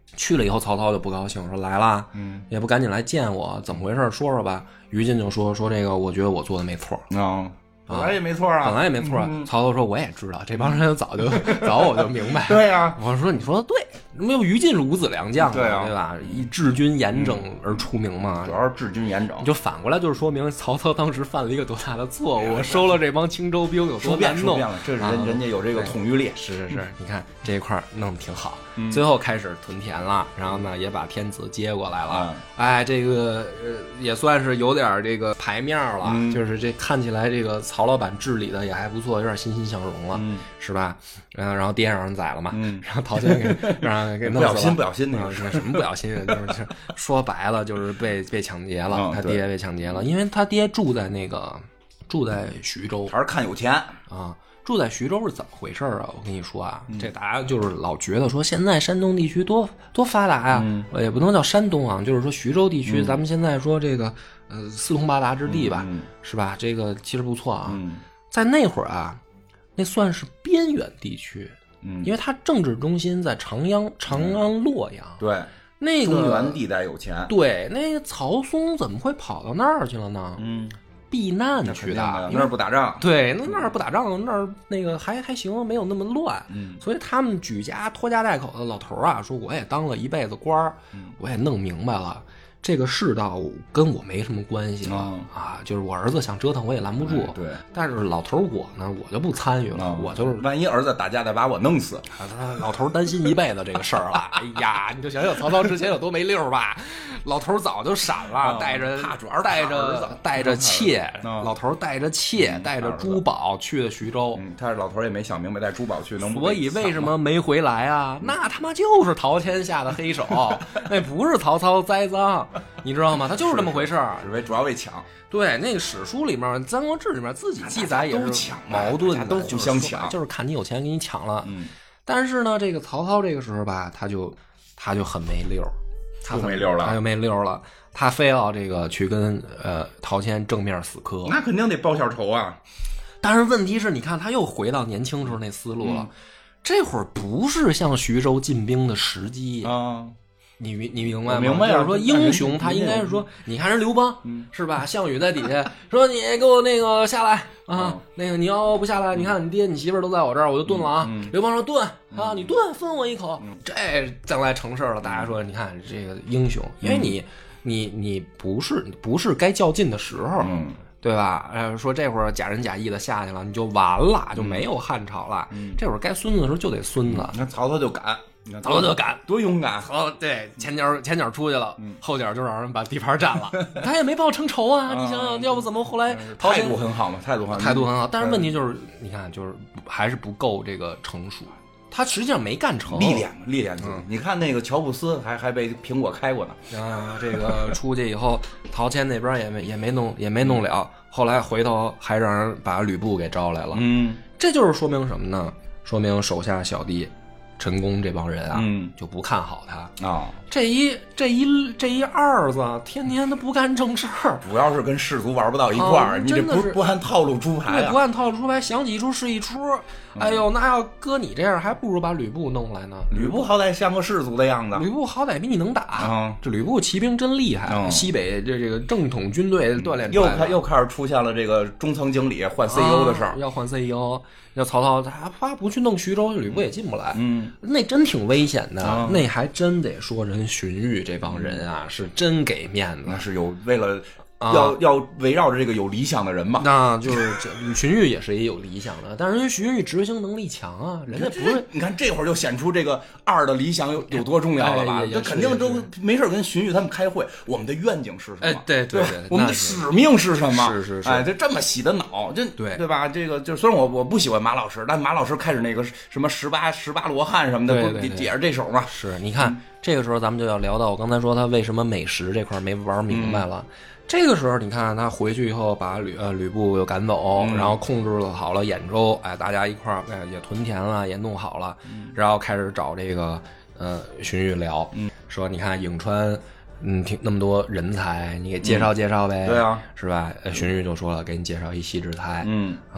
去了以后，曹操就不高兴，说来啦， 嗯， 也不赶紧来见我，怎么回事？说说吧。于禁就说说这个，我觉得我做的没错啊。本来也没错啊， 本来也没错。嗯、曹操说：“我也知道，这帮人早就早我就明白。” 对呀、啊， 我说：“你说的对，没有于禁五子良将嘛， 对啊， 对吧？以治军严整而出名嘛， 主要是治军严整。 你就反过来就是说明曹操当时犯了一个多大的错误，收了这帮青州兵有多难弄。 这是人、啊、人家有这个统御力， 是是是，你看这一块弄得挺好。嗯、最后开始屯田了，然后呢也把天子接过来了。嗯、哎，这个呃也算是有点这个牌面了，嗯、就是这看起来这个曹老板治理的也还不错，有点欣欣向荣了，嗯、是吧？嗯，然后爹让人宰了嘛，嗯、然后陶谦给让人给弄死了。 不小心，不小心那个是什么不小心？就是说白了就是被被抢劫了， 嗯、 他爹被抢劫了，因为他爹住在那个住在徐州， 还是看有钱啊。住在徐州是怎么回事啊？我跟你说啊，嗯、这大家就是老觉得说现在山东地区多多发达呀、啊，嗯、也不能叫山东啊，就是说徐州地区，嗯、咱们现在说这个呃四通八达之地吧， 嗯、 是吧？这个其实不错啊， 嗯、 在那会儿啊，那算是边远地区， 嗯， 因为它政治中心在长阳长安洛阳， 嗯、对， 那个中原地带有钱， 对，那个曹嵩怎么会跑到那儿去了呢？ 嗯。 避难去的， 那儿不打仗， 对，那那儿不打仗，那儿那个还还行，没有那么乱， 嗯， 所以他们举家拖家带口的老头啊，说我也当了一辈子官儿， 嗯、 我也弄明白了，这个世道跟我没什么关系了、 嗯、 啊，就是我儿子想折腾我也拦不住， 哎、对， 但是老头我呢，我就不参与了， 嗯、 我就是万一儿子打架再把我弄死， 啊、他老头担心一辈子这个事儿了，哎呀，你就想想曹操之前有多没溜吧。老头早就闪了，带着他主要带着带着妾， 嗯、 老头带着妾，嗯、带着珠宝去的徐州。 嗯，他老头也没想明白带珠宝去能。 所以为什么没回来啊？那他妈就是陶谦下的黑手，那不是曹操栽赃，你知道吗？他就是这么回事儿， 是为主要为抢。 对，那个史书里面《三国志》里面自己记载也是矛盾的， 都互相抢， 就是看你有钱给你抢了。 嗯， 但是呢，这个曹操这个时候吧，他就他就很没溜。他没溜了， 他就没溜了。他非要这个去跟呃陶谦正面死磕， 那肯定得报小仇啊。 但是问题是，你看他又回到年轻时候那思路了。 嗯、 这会儿不是向徐州进兵的时机啊。 你你明白吗？ 明白啊。 就是说英雄他应该是说，你看人刘邦、 嗯、 是吧？项羽在底下说：“你给我那个下来啊， 嗯、 那个你要不下来，你看你爹你媳妇儿都在我这儿，我就炖了啊。 嗯” 刘邦说：“炖啊，你炖分我一口。 嗯” 这将来成事了，大家说你看这个英雄，因为你。你你不是不是该较劲的时候， 嗯， 对吧？呃，说这会儿假仁假义的下去了，你就完了，就没有汉朝了。 嗯， 这会儿该孙子的时候就得孙子。 你看曹操就敢， 曹操就敢， 多勇敢！ 曹对前脚前脚出去了，嗯、后脚就让人把地盘占了，他也没报成仇啊！你想想，要不怎么后来态度很好嘛？态度很好， 态度很好。但是问题就是，你看，就是还是不够这个成熟。他实际上没干成， 历练历练自己。你看那个乔布斯还还被苹果开过呢。 啊，这个出去以后，陶谦那边也没也没弄也没弄了，后来回头还让人把吕布给招来了。 嗯， 这就是说明什么呢？说明手下小弟陈宫这帮人啊， 嗯， 就不看好他啊、哦。 这一这一这一二子，天天都不干正事儿， 主要是跟士族玩不到一块儿、 哦。 你这不不按套路出牌啊？ 不按套路出牌，想起一出是一出。哎呦，那要搁你这样，还不如把吕布弄来呢。 吕布好歹像个士族的样子， 吕布好歹比你能打。 嗯， 这吕布骑兵真厉害， 嗯、 西北这这个正统军队锻炼又开又开始出现了这个中层经理换 C E O 的事儿、 啊，要换 C E O。要曹操他他不去弄徐州，吕布也进不来。 嗯， 那真挺危险的、 嗯， 那还真得说人荀彧这帮人啊，是真给面子， 那是有为了。要、啊、要围绕着这个有理想的人嘛， 那就是荀彧也是也有理想的，但是人荀彧执行能力强啊，人家不是。 你看这会儿就显出这个二的理想有有多重要了吧？这、哎、肯定都没事跟荀彧他们开会，我们的愿景是什么？ 哎，对对对, 对，我们的使命是什么？ 是是是， 哎，就这么洗的脑，这对对吧？这个就虽然我我不喜欢马老师，但马老师开始那个什么十八十八罗汉什么的， 对对对不也是这手嘛？ 是，你看、嗯、这个时候咱们就要聊到我刚才说他为什么美食这块没玩明白了。嗯，这个时候，你看他回去以后，把吕呃吕布又赶走、嗯，然后控制了好了兖州，哎，大家一块儿哎也屯田了，也弄好了， 嗯、 然后开始找这个呃荀彧聊， 嗯、 说你看颍川，嗯，挺那么多人才，你给介绍介绍呗， 嗯、对啊， 是吧？呃，荀彧就说了，给你介绍一西直台， 嗯啊，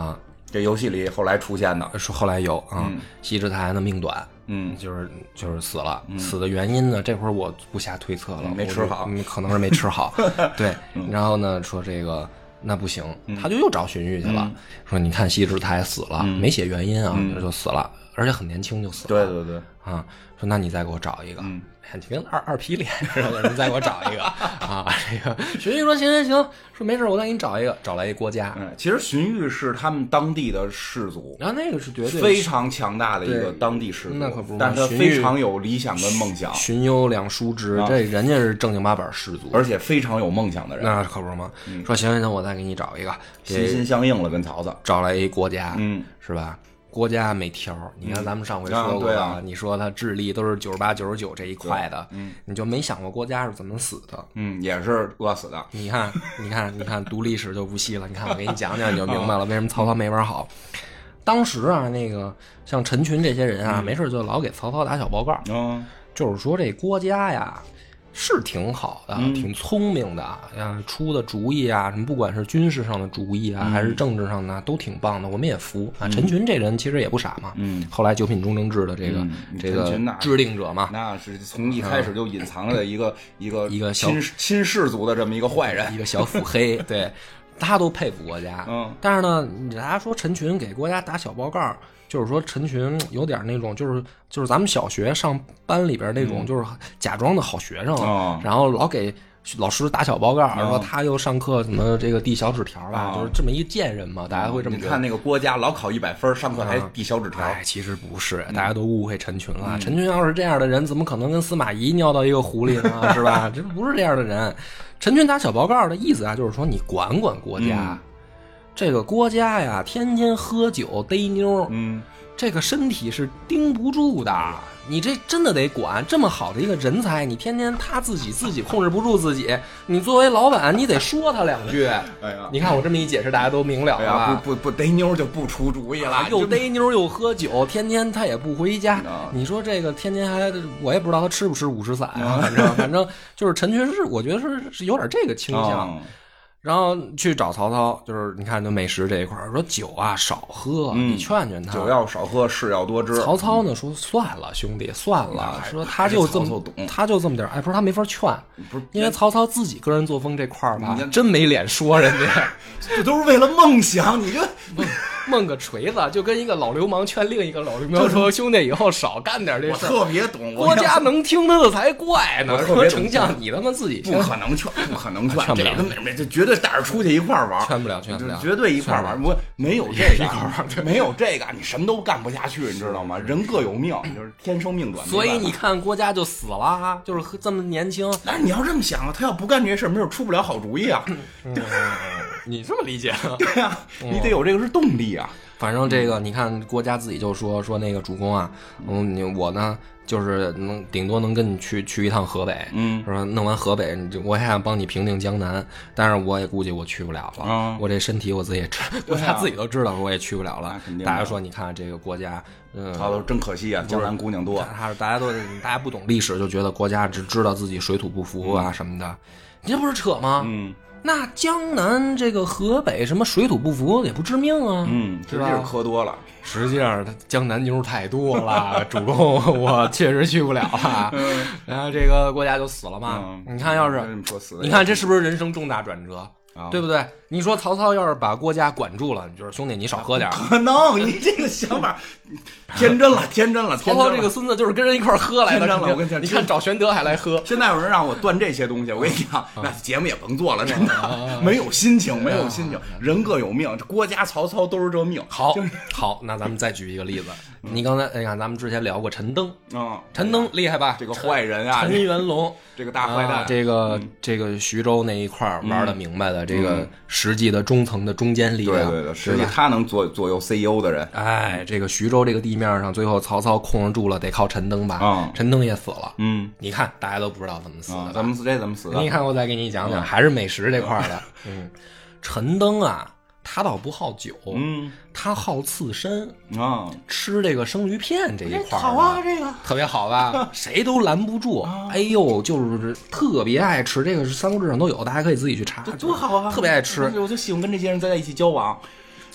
这游戏里后来出现的， 说后来有啊， 嗯羲之台呢命短， 嗯， 就是就是死了，死的原因呢，这会儿我不下推测了， 嗯没吃好我就嗯可能是没吃好，对，然后呢说这个。那不行，他就又找荀彧去了， 嗯、 说你看羲之台死了， 嗯、 没写原因啊， 嗯、 就死了，而且很年轻就死了。 对对对， 啊，说那你再给我找一个， 嗯， 你跟二二皮脸似的，你再给我找一个啊。这个荀彧说行行行，说没事，我再给你找一个，找来一郭嘉。 嗯，其实荀彧是他们当地的氏族， 然后那个是绝对非常强大的一个当地氏族， 那可不是， 但他非常有理想跟梦想。 荀攸两叔侄，这人家是正经八百氏族， 而且非常有梦想的人。 那可不是吗？嗯、说行行行，我再给你找一个， 心心相印了，跟曹操找来一郭嘉， 嗯， 是吧？郭嘉没挑，你看咱们上回说过， 嗯啊啊、 你说他智力都是九十八、九十九这一块的， 嗯， 你就没想过郭嘉是怎么死的？ 嗯，也是饿死的。 你看，你看，你看，读历史就不细了。你看，我给你讲讲，你就明白了为什么曹操没玩好。当时啊，那个像陈群这些人啊， 嗯、 没事就老给曹操打小报告， 嗯， 就是说这郭嘉呀。是挺好的， 嗯、 挺聪明的呀，出的主意啊，什么不管是军事上的主意啊， 嗯、 还是政治上的，都挺棒的，我们也服啊。陈群这人其实也不傻嘛， 嗯， 后来九品中正制的这个、 嗯、 这个制定者嘛， 那是从一开始就隐藏了一个、嗯、一个一个亲亲氏族的这么一个坏人， 一个小腹黑，对，他都佩服郭嘉， 嗯， 但是呢，大家说陈群给郭嘉打小报告。就是说陈群有点那种，就是就是咱们小学上班里边那种，就是假装的好学生， 嗯、 然后老给老师打小报告，嗯、说他又上课怎么这个递小纸条吧，嗯、就是这么一贱人嘛，大家会这么觉得。 你看那个郭嘉老考一百分，上课还递小纸条， 嗯。哎，其实不是，大家都误会陈群了。嗯、陈群要是这样的人，怎么可能跟司马懿尿到一个壶里呢？是吧？这不是这样的人。陈群打小报告的意思啊，就是说你管管郭嘉。 嗯这个郭嘉呀，天天喝酒逮妞， 嗯， 这个身体是盯不住的。你这真的得管，这么好的一个人才，你天天他自己自己控制不住自己，你作为老板，你得说他两句。 哎呀， 你看我这么一解释，大家都明了了吧？ 哎呀，不不不逮妞就不出主意了， 啊、又逮妞又喝酒，天天他也不回家。 啊、 你说这个天天还，我也不知道他吃不吃五石散啊，反正反正就是陈群是，我觉得是是有点这个倾向。 啊然后去找曹操，就是你看，就美食这一块说酒啊少喝， 嗯、 你劝劝他。 酒要少喝，事要多知。 曹操呢说算了，兄弟，算了，说他就这么，他就这么点哎，不是他没法劝， 不是因为曹操自己个人作风这块儿吧，真没脸说人家， 这都是为了梦想，你这。 梦个锤子，就跟一个老流氓劝另一个老流氓说：“兄弟，以后少干点这事。” 我特别懂， 郭嘉能听他的才怪呢。说丞相，你他妈自己不可能劝，不可能劝， 劝不了， 这这绝对带着出去一块玩， 劝不了，劝不了， 绝对一块玩。我没有这个，没有这个，你什么都干不下去，你知道吗？人各有命，就是天生命短。 所以你看郭嘉就死了，就是这么年轻。 但是你要这么想啊，他要不干这事，没准出不了好主意啊。 你这么理解？ 对呀，你得有这个是动力啊。 反正这个，你看郭嘉自己就说说那个主公啊，嗯，你我呢就是能顶多能跟你去去一趟河北， 嗯， 说弄完河北，我还想帮你平定江南，但是我也估计我去不了了， 嗯、 我这身体我自己也知，我他自己都知道，我也去不了了。大家说，你看这个郭嘉，嗯， 他都真可惜啊，江南姑娘多。 他大家都大家不懂历史，就觉得郭嘉只知道自己水土不服啊什么的，你这不是扯吗？ 嗯。 那江南这个河北什么水土不服也不致命啊， 嗯，实际是喝多了。 实际上，江南妞太多了，主公我确实去不了了。 嗯、 然后这个郭嘉就死了嘛。 嗯、 你看，要是你看这是不是人生重大转折？ 啊、 对不对？你说曹操要是把郭嘉管住了，你就是兄弟，你少喝点。 可能你这个想法天真了，天真了。 曹操这个孙子就是跟人一块喝来的， 天真了。我跟你讲， 你看找玄德还来喝。 现在有人让我断这些东西，我跟你讲，那节目也甭做了，真的没有心情，没有心情。人各有命，郭嘉、曹操都是这命。 好，好，那咱们再举一个例子。你刚才你看，咱们之前聊过陈登啊， 陈登厉害吧？ 这个坏人啊， 陈元龙， 这个大坏蛋， 这个这个徐州那一块玩的明白的，这个实际的中层的中坚力量， 对对对，实际他能左左右 C E O 的人。 哎，这个徐州这个地面上，最后曹操控制住了，得靠陈登吧？ 啊， 陈登也死了。 嗯， 你看大家都不知道怎么死的， 怎么死这怎么死的？ 你看我再给你讲讲，还是美食这块的。嗯，陈登啊。他倒不好酒， 嗯， 他好刺身啊， 吃这个生鱼片这一块好啊，这个特别好吧，谁都拦不住。 啊、 哎呦，就是特别爱吃，这个是三国志上都有，大家可以自己去查， 多好啊， 特别爱吃。 我就喜欢跟这些人在一起交往。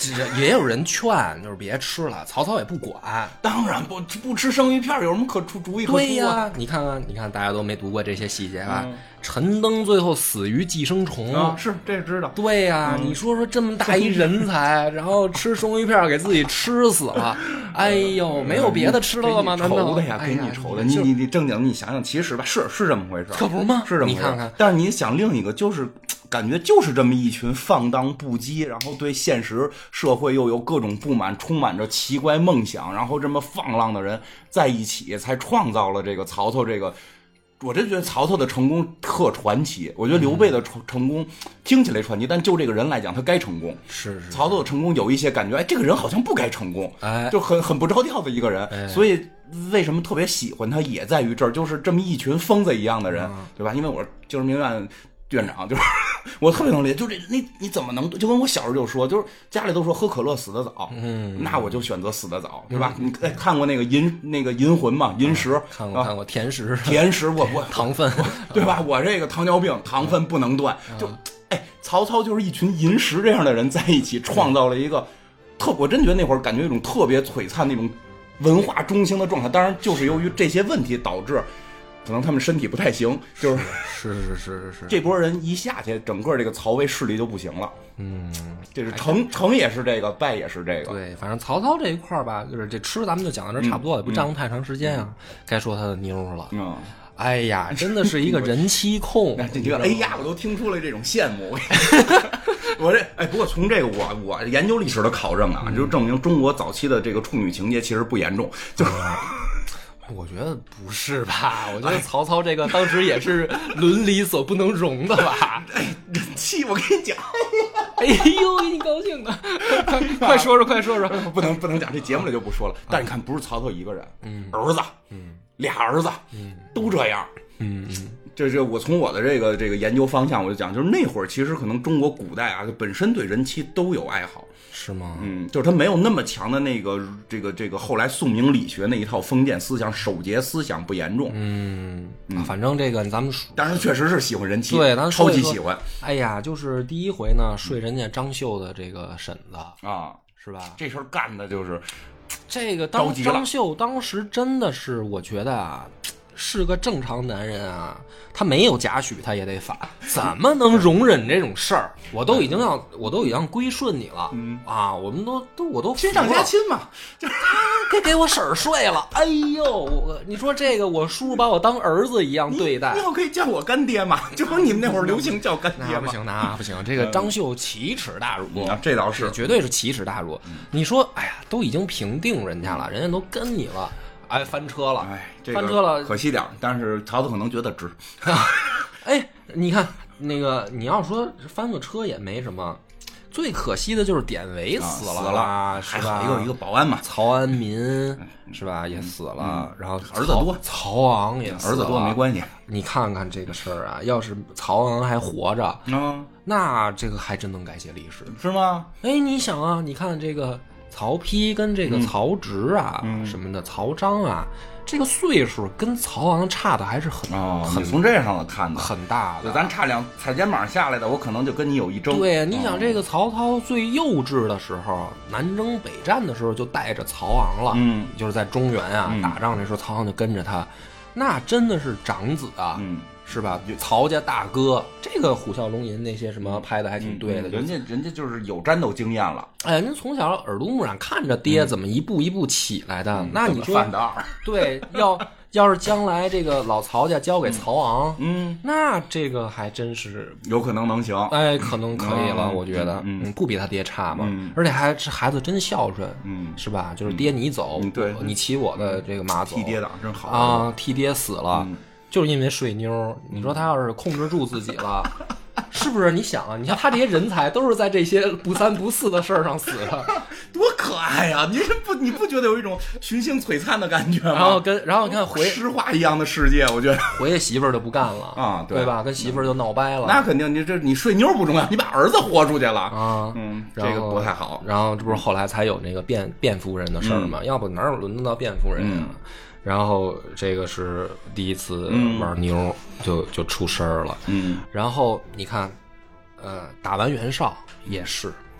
也有人劝，就是别吃了，曹操也不管。 当然不不吃生鱼片有什么可出主意可出啊？ 对呀，你看看，你看大家都没读过这些细节吧？ 嗯、 陈登最后死于寄生虫啊，是这知道。 对呀、嗯，你说说这么大一人才，然后吃生鱼片给自己吃死了，哎呦，没有别的吃的了吗？难道？ 愁的呀，给你愁的。你你你正经，你想想，其实吧，是是这么回事， 可不是吗？ 是这么回事。 你看看， 但是你想另一个就是。感觉就是这么一群放荡不羁，然后对现实社会又有各种不满，充满着奇怪梦想，然后这么放浪的人在一起，才创造了这个曹操这个。我真觉得曹操的成功特传奇，我觉得刘备的成功听起来传奇，但就这个人来讲，他该成功。 是是。 曹操的成功有一些感觉，哎，这个人好像不该成功， 哎， 就很很不着调的一个人， 哎、 所以为什么特别喜欢他，也在于这儿，就是这么一群疯子一样的人， 嗯、 对吧？因为我就是明院院长，就是我特别能理解，就这你你怎么能就跟我小时候就说，就是家里都说喝可乐死得早， 嗯， 那我就选择死得早，对吧？嗯、你看过那个银那个银魂嘛，银石、 嗯、看过、啊、看过甜食， 甜食我我糖分， 对吧？我这个糖尿病，糖分不能断，就哎，曹操就是一群银石这样的人在一起，创造了一个特，我真觉得那会儿感觉一种特别璀璨那种文化中兴的状态，当然就是由于这些问题导致。可能他们身体不太行，就是是是是是是， 这波人一下去，整个这个曹魏势力就不行了。 嗯， 这是成成也是这个，败也是这个。 对，反正曹操这一块吧，就是这吃咱们就讲到这差不多了，嗯、不占用太长时间啊。嗯、该说他的妞了。 嗯， 哎呀，真的是一个人妻控。 这个哎呀，我都听出了这种羡慕。我这哎，不过从这个我我研究历史的考证啊，嗯、就证明中国早期的这个处女情节其实不严重，就是。 我觉得不是吧？我觉得曹操这个当时也是伦理所不能容的吧？ 哎，人气，我跟你讲， 哎呦，你高兴的，快说说，快说说， 不能不能讲，这节目里就不说了。但是你看，不是曹操一个人， 嗯， 儿子， 嗯， 俩儿子， 嗯， 都这样， 嗯嗯。 这这我从我的这个这个研究方向我就讲，就是那会儿其实可能中国古代啊，本身对人妻都有爱好， 是吗？ 嗯，就是他没有那么强的那个这个这个后来宋明理学那一套封建思想、守节思想不严重。 嗯，嗯反正这个咱们当然确实是喜欢人妻， 对，咱超级喜欢。 哎呀，就是第一回呢睡人家张绣的这个婶子啊， 是吧？ 这事儿干的就是这个当张绣当时真的是，我觉得啊。是个正常男人啊，他没有贾诩他也得反，怎么能容忍这种事儿？我都已经要，我都已经归顺你了， 嗯啊，我们都都我都亲上加亲嘛， 就是给给我婶儿睡了，哎呦，我你说这个我叔把我当儿子一样对待， 你以后可以叫我干爹嘛，就说你们那会儿流行叫干爹嘛， 那不行，那不行，这个张绣奇耻大辱， 嗯、这倒是绝对是奇耻大辱。嗯、你说，哎呀，都已经平定人家了，人家都跟你了。哎，翻车了！ 哎，这个、 翻车了， 可惜点，但是曹操可能觉得值。 哎，你看那个，你要说翻个车也没什么，最可惜的就是典韦死了， 啊、死了是吧？ 还有一个保安嘛， 曹安民是吧？也死了， 嗯、 然后儿子多， 曹昂也死了， 儿子多没关系。 你看看这个事儿啊，要是曹昂还活着， 嗯， 那这个还真能改写历史， 是吗？ 哎，你想啊，你看这个。曹丕跟这个曹植啊、 嗯、 什么的，曹彰啊，这个岁数跟曹昂差的还是很、 哦、 很从这上头看的很大的。 咱差两踩肩膀下来的，我可能就跟你有一争。 对，你想这个曹操最幼稚的时候，南征北战的时候就带着曹昂了， 嗯， 就是在中原啊、 嗯、 打仗的时候，曹昂就跟着他，那真的是长子啊。 嗯。 是吧？曹家大哥，这个虎啸龙吟那些什么拍的还挺对的， 嗯、人家人家就是有战斗经验了。 哎，人从小耳濡目染，看着爹怎么一步一步起来的。 嗯、 那你说， 范的二对，要要是将来这个老曹家交给曹昂， 嗯， 那这个还真是有可能能行。 哎，可能可以了，嗯、我觉得， 嗯， 不比他爹差嘛。 嗯、 而且还是孩子真孝顺， 嗯， 是吧？就是爹你走， 嗯、对， 你骑我的这个马走， 替爹挡真好啊，替爹死了。 嗯就是因为睡妞，你说他要是控制住自己了，是不是？你想啊，你像他这些人才都是在这些不三不四的事儿上死的， 多可爱呀、啊！你不你不觉得有一种群星璀璨的感觉吗？ 然后跟然后你看回诗画一样的世界，我觉得回去媳妇儿就不干了啊，对, 对吧？跟媳妇儿就闹掰了。 那肯定，你这你睡妞不重要，你把儿子豁出去了啊， 嗯，这个不太好。 然后这不是后来才有那个卞卞夫人的事儿吗？ 嗯、 要不哪有轮得到卞夫人啊？ 嗯然后这个是第一次玩妞、嗯、就就出事儿了， 嗯， 然后你看，呃，打完袁绍也是，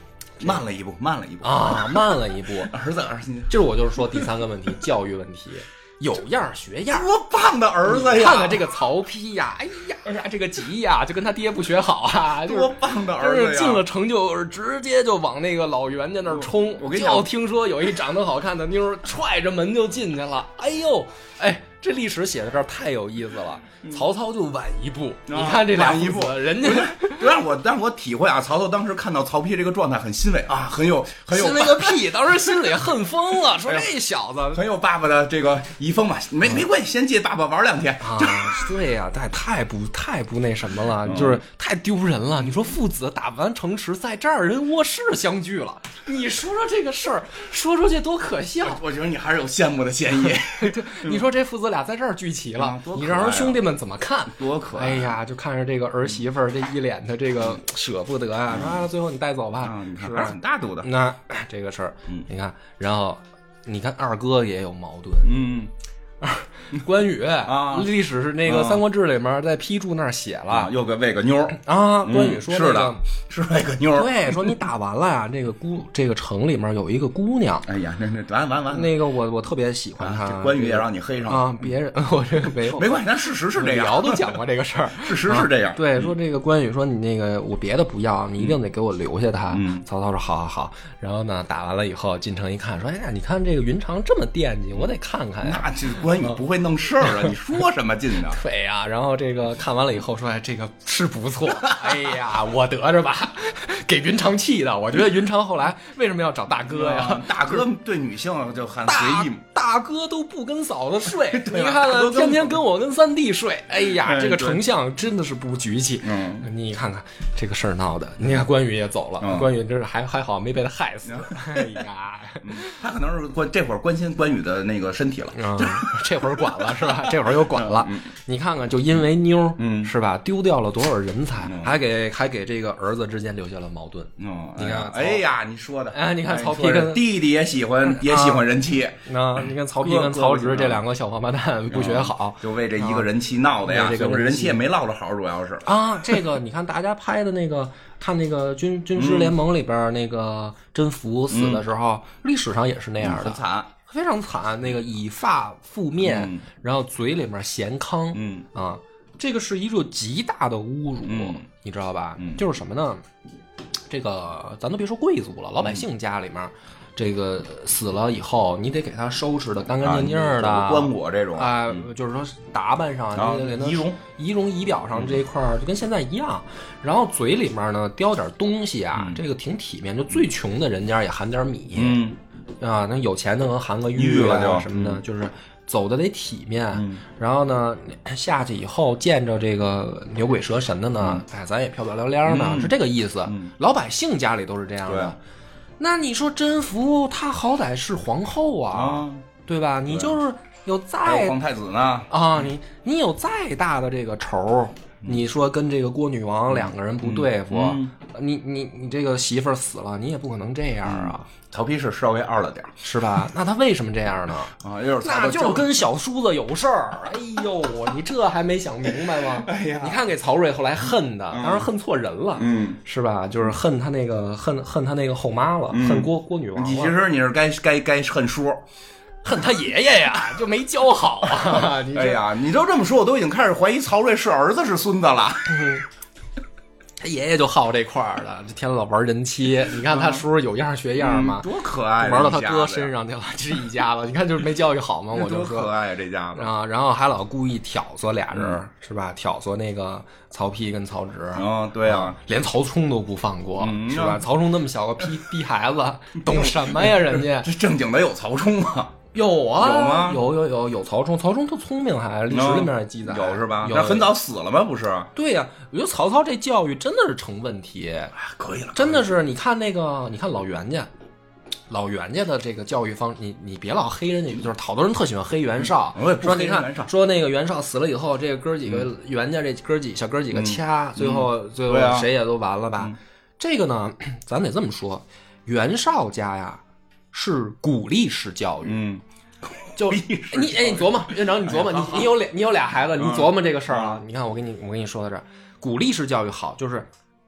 慢了一步，慢了一步啊，慢了一步。 儿子，儿子， 这我就是说第三个问题，教育问题。有样学样， 多棒的儿子呀！ 看看这个曹丕呀，哎呀呀，这个急呀，就跟他爹不学好啊， 多棒的儿子呀！ 就是进了城就直接就往那个老袁家那儿冲。 我跟你讲， 就听说有一长得好看的妞踹着门就进去了。哎呦，哎，这历史写在这儿太有意思了。曹操就晚一步， 嗯、 你看这俩一步， 人家让我让我体会啊，曹操当时看到曹丕这个状态很欣慰啊，很有很有欣慰个屁，当时心里恨疯了，说这小子很有爸爸的这个遗风嘛，没没关系，先借爸爸玩两天啊。对呀、啊，太太不太不那什么了，嗯、就是太丢人了。你说父子打完城池，在这儿人卧室相聚了，你说说这个事儿说出去多可笑。 我, 我觉得你还是有羡慕的嫌疑。 对，你说这父子俩在这儿聚齐了， 嗯、 你让人兄弟们怎么看？ 多可爱！ 哎呀，就看着这个儿媳妇儿这一脸的这个舍不得啊，说、啊、最后你带走吧， 嗯、 是吧？ 很大度的。 那这个事儿， 嗯， 你看，然后你看二哥也有矛盾， 嗯。 关羽啊， 历史是那个《三国志》里面在批注那儿写了， 啊、又给喂个妞啊。关羽说、那个嗯、是的，是喂个妞。 对，说你打完了呀，这个姑这个城里面有一个姑娘。 哎呀，那那完完完， 那个我我特别喜欢她。 啊、关羽也让你黑上啊，别人我这个没有， 没关系，但事实是这样。 聊都讲过这个事儿， 事实是这样。 啊、对，说这个关羽说你那个我别的不要，你一定得给我留下他。 嗯， 曹操说好好好。然后呢，打完了以后进城一看，说哎呀，你看这个云长这么惦记，我得看看呀。 那这关羽不会弄事儿啊。你说什么劲呢？ 对呀、啊，然后这个看完了以后说，哎，这个是不错。哎呀，我得着吧，给云长气的。我觉得云长后来为什么要找大哥呀？ 嗯、大哥对女性就很随意嘛。 大哥都不跟嫂子睡，你看看，天天跟我跟三弟睡。哎呀， 哎、 这个丞相真的是不局气。 嗯， 你看看这个事儿闹的，你看关羽也走了， 嗯、 关羽这是还还好没被他害死。哎呀、 嗯，他可能是关这会儿关心关羽的那个身体了。 嗯，这会儿管了是吧？这会儿又管了。 嗯、 你看看，就因为妞， 嗯， 是吧？丢掉了多少人才， 嗯、 还给还给这个儿子之间留下了矛盾。 嗯， 你看， 哎呀，你说的， 哎，你看曹丕跟弟弟也喜欢，也喜欢人妻。 那你看曹丕跟曹植这两个小王八蛋不学好， 就为这一个人妻闹的呀。 这个人妻也没落着好，主要是啊，这个你看大家拍的那个。看那个军军师联盟里边那个甄宓死的时候，历史上也是那样的， 很惨， 非常惨。那个以发覆面， 嗯、 然后嘴里面咸糠， 嗯啊，这个是一个极大的侮辱， 嗯、 你知道吧？ 嗯、 就是什么呢？这个咱都别说贵族了，老百姓家里面。这个死了以后，你得给他收拾的干干净净的， 啊、棺椁这种啊、呃，就是说打扮上， 啊、 你得给他仪容、 仪容仪表上这一块儿就跟现在一样。然后嘴里面呢叼点东西啊， 嗯、 这个挺体面。就最穷的人家也含点米， 嗯啊，那有钱的能含个玉啊什么的， 嗯、 就是走的得体面。 嗯、 然后呢，下去以后见着这个牛鬼蛇神的呢， 嗯、 哎，咱也漂漂亮亮的， 嗯、 是这个意思。 嗯、 老百姓家里都是这样的。那你说甄宓她好歹是皇后啊， 啊对吧？你就是有再有皇太子呢啊，你你有再大的这个仇，嗯、你说跟这个郭女王两个人不对付， 嗯嗯、你你你这个媳妇儿死了，你也不可能这样啊。 嗯、曹丕是稍微二了点， 是吧？那他为什么这样呢？ 啊，就是那就是跟小叔子有事儿。哎呦，你这还没想明白吗？ 哎呀， 你看给曹睿后来恨的，当然恨错人了， 嗯， 是吧？就是恨他那个恨恨他那个后妈了， 嗯、 恨郭郭女王了。 你其实你是该该该恨叔。 恨他爷爷呀，就没教好啊！你哎呀，你就这么说，我都已经开始怀疑曹睿是儿子是孙子了。 嗯、他爷爷就好这块儿的，这天老玩人妻。你看他叔有样学样嘛， 嗯、多可爱， 玩到他哥身上去了，这是一家子。你看就是没教育好嘛，我就说多可爱这家子啊，然后还老故意挑唆俩人，嗯、是吧？挑唆那个曹丕跟曹植。 哦，对啊， 啊连曹冲都不放过， 嗯、 是吧？曹冲那么小个逼逼孩子，懂什么呀？人家这正经的有曹冲吗？ 有啊， 有吗？ 有有有有曹冲，曹冲特聪明，还历史里面也记载、 嗯、有是吧？ 有那很早死了吗？不是？ 对呀、啊，我觉得曹操这教育真的是成问题。 哎，可以了， 真的是。你看那个，你看老袁家，老袁家的这个教育方，你你别老黑人家，就是好多人特喜欢黑袁绍， 嗯、 说你看说那个袁绍死了以后，这个哥几个、嗯、袁家这哥几小哥几个掐， 嗯、 最后、嗯、最后谁也都完了吧？ 嗯、 这个呢，咱得这么说，袁绍家呀是鼓励式教育， 嗯。 就你哎，你琢磨，院长，你琢磨，你你有俩你有俩孩子，你琢磨这个事儿啊。你看，我跟你我跟你说到这儿，鼓励式教育好，就是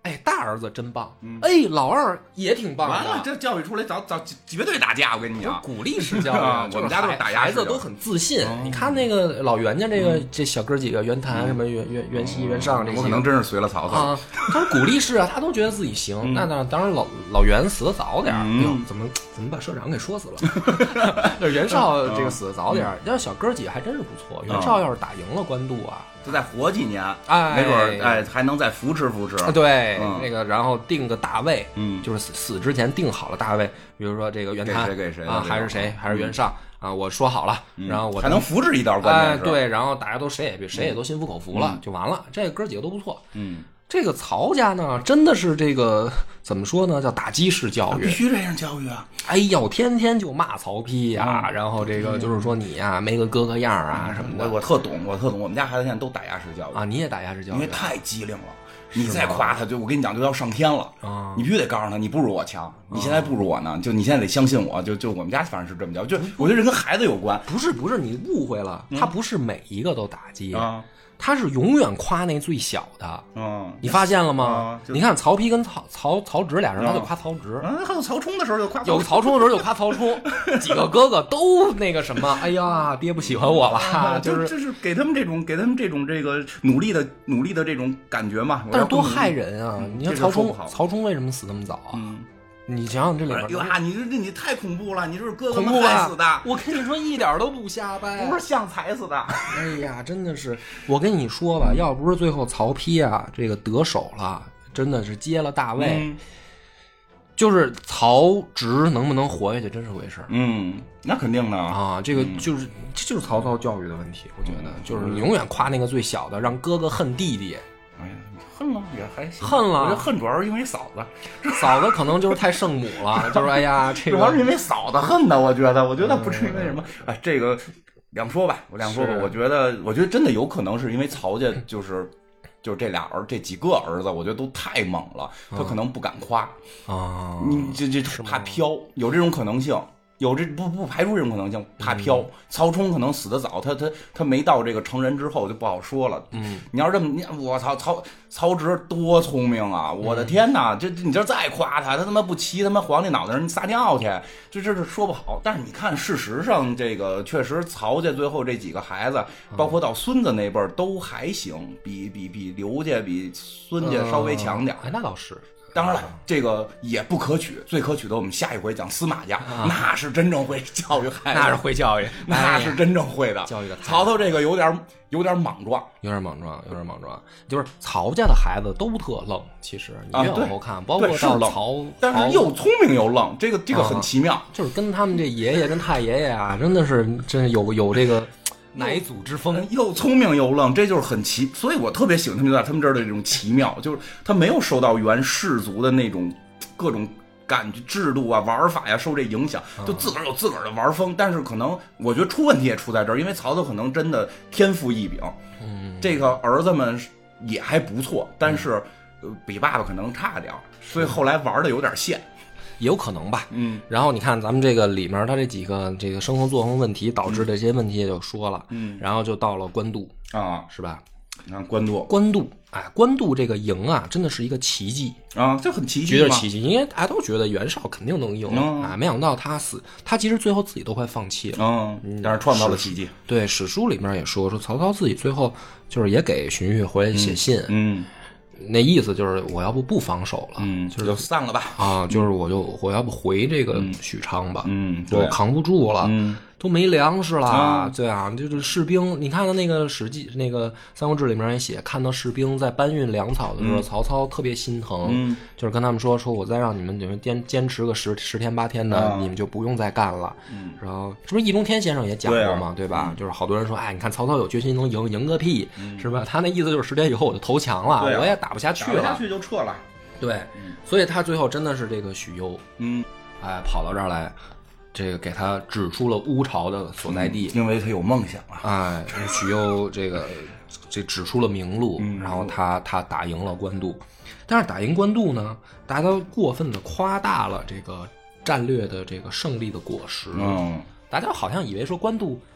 哎，大儿子真棒，嗯、哎，老二也挺棒的。 完了，这教育出来早早绝对打架，我跟你讲， 鼓励式教育， 我们家都是打架， 孩子都很自信。嗯、你看那个老袁家这个、嗯、这小哥几个，袁谭什么袁袁袁熙、袁尚这些， 我可能真是随了曹操啊。他是鼓励式啊，他都觉得自己行。嗯、那当然老老袁死的早点，哎呦，怎么怎么把社长给说死了？这袁绍这个死的早点，要小哥几个还真是不错。袁绍要是打赢了官渡啊。 就再活几年，哎，没准哎还能再扶持扶持。 对，嗯、那个然后定个大位，嗯，就是死死之前定好了大位，比如说这个袁谭给谁给谁啊，还是谁还是袁尚、嗯、啊，我说好了， 嗯、 然后我还能扶持一道，关键是、 哎、对，然后大家都谁也别谁也都心服口服了， 嗯、 就完了。这个哥几个都不错， 嗯。 这个曹家呢，真的是这个怎么说呢？叫打击式教育， 必须这样教育啊！ 哎呦，天天就骂曹丕呀、啊，嗯、然后这个就是说你呀、啊、没个哥哥样啊什么的。 我我特懂，我特懂。我们家孩子现在都打压式教育啊，你也打压式教育， 因为太机灵了。你再夸他，就我跟你讲，就要上天了啊！你必须得告诉他，你不如我强，你现在不如我呢，就你现在得相信我。就就我们家反正是这么教，就我觉得这跟孩子有关。 不是不是，你误会了，他不是每一个都打击啊。他是永远夸那最小的，嗯，你发现了吗？嗯、你看曹丕跟曹曹曹植俩人，他就夸曹植， 嗯，还有曹冲的时候就夸， 有曹冲的时候就夸曹冲，几个哥哥都那个什么，哎呀，爹不喜欢我了， 啊、 就是就是给他们这种给他们这种这个努力的努力的这种感觉嘛。 但是多害人啊！ 嗯、 你看曹冲，曹冲为什么死那么早啊？嗯你想想这里边， 哇，你这你太恐怖了！你这是哥哥们害死的。 我跟你说，一点都不瞎掰， 不是像踩死的。 哎呀，真的是，我跟你说吧，要不是最后曹丕啊这个得手了，真的是接了大位，嗯、就是曹植能不能活下去，真是回事。 嗯，那肯定的啊，这个就是、嗯、这就是曹操教育的问题，我觉得、嗯、就是永远夸那个最小的，让哥哥恨弟弟。 哎呀，恨了也还行， 恨了。 我这恨主要是因为嫂子， 嫂子可能就是太圣母了，就是哎呀，这个主要是因为嫂子恨的。我觉得，我觉得不是因为什么，哎，这个两说吧，我两说吧。我觉得，我觉得真的有可能是因为曹家就是就是这俩儿这几个儿子，我觉得都太猛了，他可能不敢夸啊， 你这这怕飘，有这种可能性。有这不不排除这种可能性，怕飘。嗯、曹冲可能死得早，他他他没到这个成人之后就不好说了。 嗯， 你要是这么，你我操，曹曹植多聪明啊！我的天哪，这你这再夸他，他他妈不骑他妈皇帝脑袋上撒尿去，这这是说不好。但是你看，事实上这个确实曹家最后这几个孩子，包括到孙子那辈儿都还行，比比比刘家比孙家稍微强点。 哎，那倒是。 当然了，这个也不可取，最可取的我们下一回讲司马家，啊、那是真正会教育孩子， 那是会教育， 那是真正会的。 教育的曹操这个有点有点莽撞， 有点莽撞，有点莽撞。就是曹家的孩子都特愣，其实你别往后看， 啊、 包括到曹， 但是又聪明又愣，这个这个很奇妙。啊、 就是跟他们这爷爷跟太爷爷啊，真的是真有有这个。乃祖之风， 又聪明又愣，这就是很奇，所以我特别喜欢他们在他们这儿的这种奇妙，就是他没有受到原氏族的那种各种感觉制度啊、玩法呀受这影响，就自个儿有自个儿的玩风。但是可能我觉得出问题也出在这儿，因为曹操可能真的天赋异禀， 嗯， 这个儿子们也还不错，但是比爸爸可能差点，所以后来玩的有点线。 有可能吧， 嗯， 然后你看咱们这个里面，他这几个这个生活作风问题导致的这些问题也就说了， 嗯， 然后就到了官渡啊， 是吧？ 你看官渡， 官渡，哎，官渡这个赢啊，真的是一个奇迹啊，这很奇迹， 觉得奇迹，因为大家都觉得袁绍肯定能赢、 嗯、 啊，没想到他死，他其实最后自己都快放弃了， 嗯，但是创造了奇迹。 对，史书里面也说说曹操自己最后就是也给荀彧回来写信， 嗯。嗯那意思就是我要不不防守了， 嗯， 就是就散了吧啊，就是我就我要不回这个许昌吧， 嗯， 我扛不住了， 嗯， 都没粮食了， 啊、 对啊，就是士兵，你看到那个史记那个《三国志》里面也写，看到士兵在搬运粮草的时候， 嗯、 曹操特别心疼， 嗯， 就是跟他们说说我再让你们你们坚坚持个十十天八天的， 啊、 你们就不用再干了， 嗯， 然后这不是易中天先生也讲过吗？ 对,、啊、 对吧？ 嗯、 就是好多人说，哎，你看曹操有决心能赢，赢个屁， 嗯、 是吧？他那意思就是十天以后我就投降了， 啊、 我也打不下去了， 打不下去就撤了。 对，所以他最后真的是这个许攸， 嗯， 哎，跑到这儿来，这个给他指出了乌巢的所在地， 嗯、因为他有梦想啊。 哎，许攸这个这指出了明路， 嗯、 然后他他打赢了官渡，但是打赢官渡呢，大家都过分的夸大了这个战略的这个胜利的果实， 嗯， 大家好像以为说官渡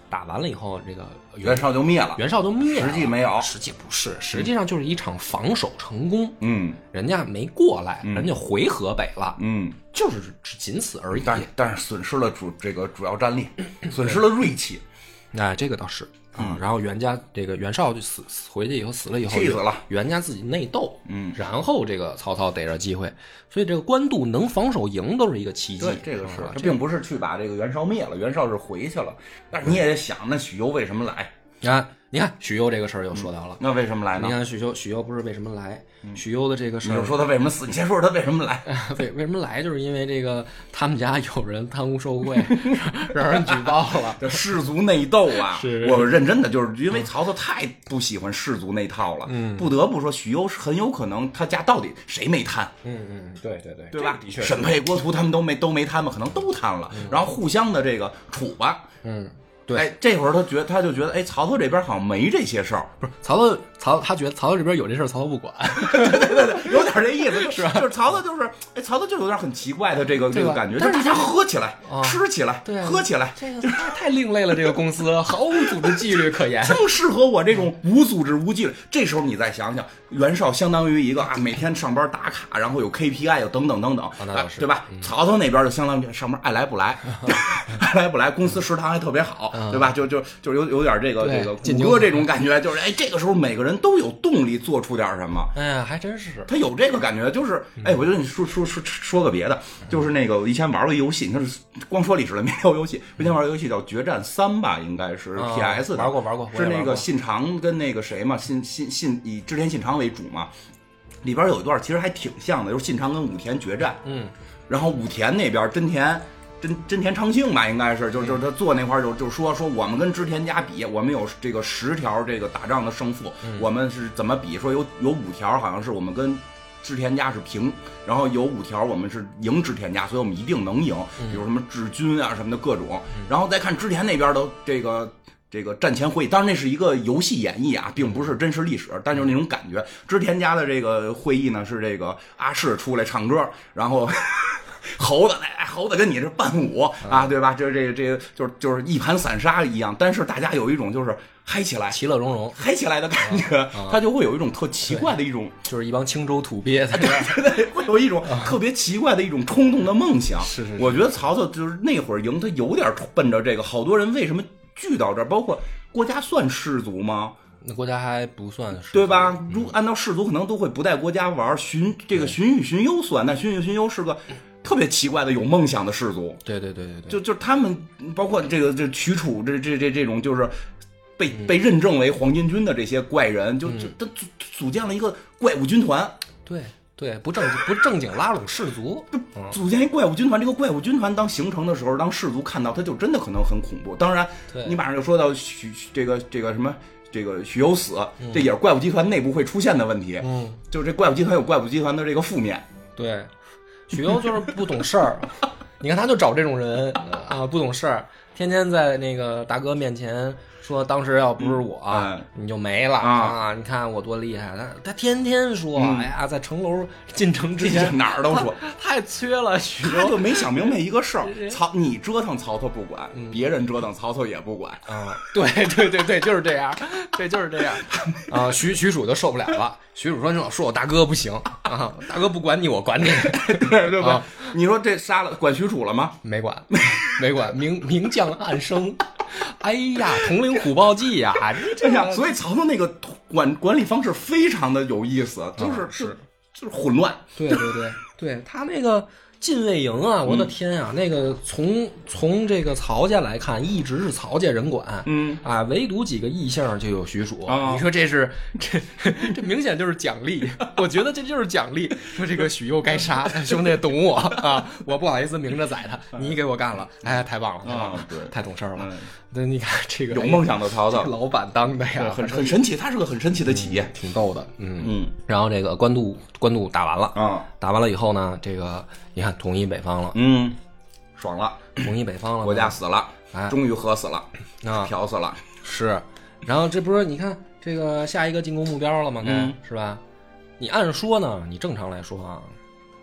打完了以后，这个袁绍就灭了， 袁绍就灭了， 实际没有， 实际不是，实际上就是一场防守成功。 嗯， 人家没过来， 嗯、 人家回河北了。 嗯， 就是仅此而已。 但但是损失了主这个主要战力，损失了锐气。 哎，这个倒是。啊、嗯，然后袁家这个袁绍就死回去以后死了以后， 气死了。 袁家自己内斗， 嗯， 然后这个曹操逮着机会，所以这个官渡能防守赢都是一个奇迹。 对，这个是，这并不是去把这个袁绍灭了，袁绍是回去了。但是你也得想，那许攸为什么来？ 啊，你看许攸这个事儿又说到了、嗯， 那为什么来呢？ 你看许攸，许攸不是为什么来？嗯、许攸的这个事儿， 你就说他为什么死？你先说说他为什么来？ 为为什么来？就是因为这个他们家有人贪污受贿，让人举报了。 这氏族内斗啊， 是我认真的，就是因为曹操太不喜欢氏族那套了。嗯，不得不说，许攸是很有可能他家到底谁没贪？ 嗯嗯，对对对， 对吧？ 的确， 沈沛、郭图他们都没都没贪嘛，可能都贪了，嗯、然后互相的这个处吧。 嗯。对， 哎，这会儿他觉他就觉得，哎，曹操这边好像没这些事儿， 不是曹操，曹他觉得曹操这边有这事儿，曹操不管， 对对对对，有点这意思，就是就是曹操就是，哎，曹操就有点很奇怪的这个这个感觉，就是大家喝起来、 啊、 吃起来、 对、啊、 喝起来， 这个太太另类了，这个公司毫无组织纪律可言， 正适合我这种无组织无纪律。这时候你再想想，袁绍相当于一个啊，每天上班打卡，然后有 K P I， 有等等等等， 啊那倒是对吧？嗯、曹操那边就相当于上班爱来不来，爱来不来，公司食堂还特别好， 嗯、 对吧？就就。就有有点这个这个谷歌这种感觉，就是哎，这个时候每个人都有动力做出点什么。 哎呀，还真是， 他有这个感觉，就是哎，我就跟你说说说说个别的，就是那个我以前玩过一游戏，你看光说历史了，没有游戏，我以前玩个游戏叫《决战三》吧，应该是 P S 的， 玩过玩过， 是那个信长跟那个谁嘛，信信信以织田信长为主嘛，里边有一段其实还挺像的，就是信长跟武田决战， 嗯， 然后武田那边真田。真真田昌幸吧，应该是，就是就是他坐那块儿就就说说我们跟织田家比，我们有这个十条这个打仗的胜负， 嗯、 我们是怎么比？说有有五条好像是我们跟织田家是平，然后有五条我们是赢织田家，所以我们一定能赢。比如什么治军啊什么的各种，然后再看织田那边的这个。这个战前会议，当然那是一个游戏演绎啊，并不是真实历史，但就是那种感觉。织田家的这个会议呢，是这个阿市出来唱歌，然后猴子，哎，猴子跟你这伴舞啊，对吧？这这这就是就是一盘散沙一样，但是大家有一种就是嗨起来、 其乐融融、 嗨起来的感觉，他就会有一种特奇怪的一种， 就是一帮青州土鳖在这儿，对对，会有一种特别奇怪的一种冲动的梦想。 是是， 我觉得曹操就是那会儿赢，他有点奔着这个。好多人为什么？聚到这儿，包括国家算氏族吗？ 那国家还不算是， 对吧？如按照氏族，可能都会不带国家玩。荀这个荀彧、荀攸算，但荀彧、荀攸是个特别奇怪的有梦想的氏族。 对对对对对， 就就他们，包括这个这许褚，这这这这种就是被被认证为黄巾军的这些怪人，就就他组组建了一个怪物军团。 对。对，不正不正经拉拢士族， 组建一怪物军团。这个怪物军团当形成的时候，当士族看到，他就真的可能很恐怖。当然，你马上就说到许这个这个什么这个许攸死， 嗯、 这也是怪物集团内部会出现的问题。 嗯， 就这怪物集团有怪物集团的这个负面。 对，许攸就是不懂事儿。你看，他就找这种人啊，不懂事儿，天天在那个大哥面前。说当时要不是我， 嗯、 你就没了啊！啊你看我多厉害，他他天天说， 嗯、 哎呀，在城楼进城之前哪儿都说， 太缺了。许攸他就没想明白一个事儿，曹你折腾曹操不管， 嗯、 别人折腾曹操也不管啊！对对对对，就是这样，对就是这样啊！许许褚就受不了了，许褚说：“你老说我大哥不行啊，大哥不管你，我管你， 对对吧？啊、你说这杀了管许褚了吗？ 没管，没管，明明将暗生。”哎呀，统领虎豹骑呀， 这样，所以曹操那个管管理方式非常的有意思，就是、 啊、是就是混乱。 对对对对，他那个禁卫营啊，我的天啊，嗯、那个从从这个曹家来看，一直是曹家人管， 嗯啊，唯独几个异姓就有许褚。 啊、 你说这是这这明显就是奖励，我觉得这就是奖励。说这个许攸该杀，兄弟懂我啊，我不好意思明着宰他，你给我干了，哎，太棒了，太棒了， 啊、对， 太懂事了。 嗯那你看这个有梦想的曹操， 老板当的呀， 很很神奇，他是个很神奇的企业， 嗯、挺逗的。嗯嗯。 然后这个官渡官渡打完了啊， 打完了以后呢，这个你看统一北方了， 嗯，爽了， 统一北方了， 国家死了， 哎， 终于喝死了， 啊， 嫖死了， 是。然后这不是你看这个下一个进攻目标了吗？ 嗯， 是吧？你按说呢，你正常来说啊，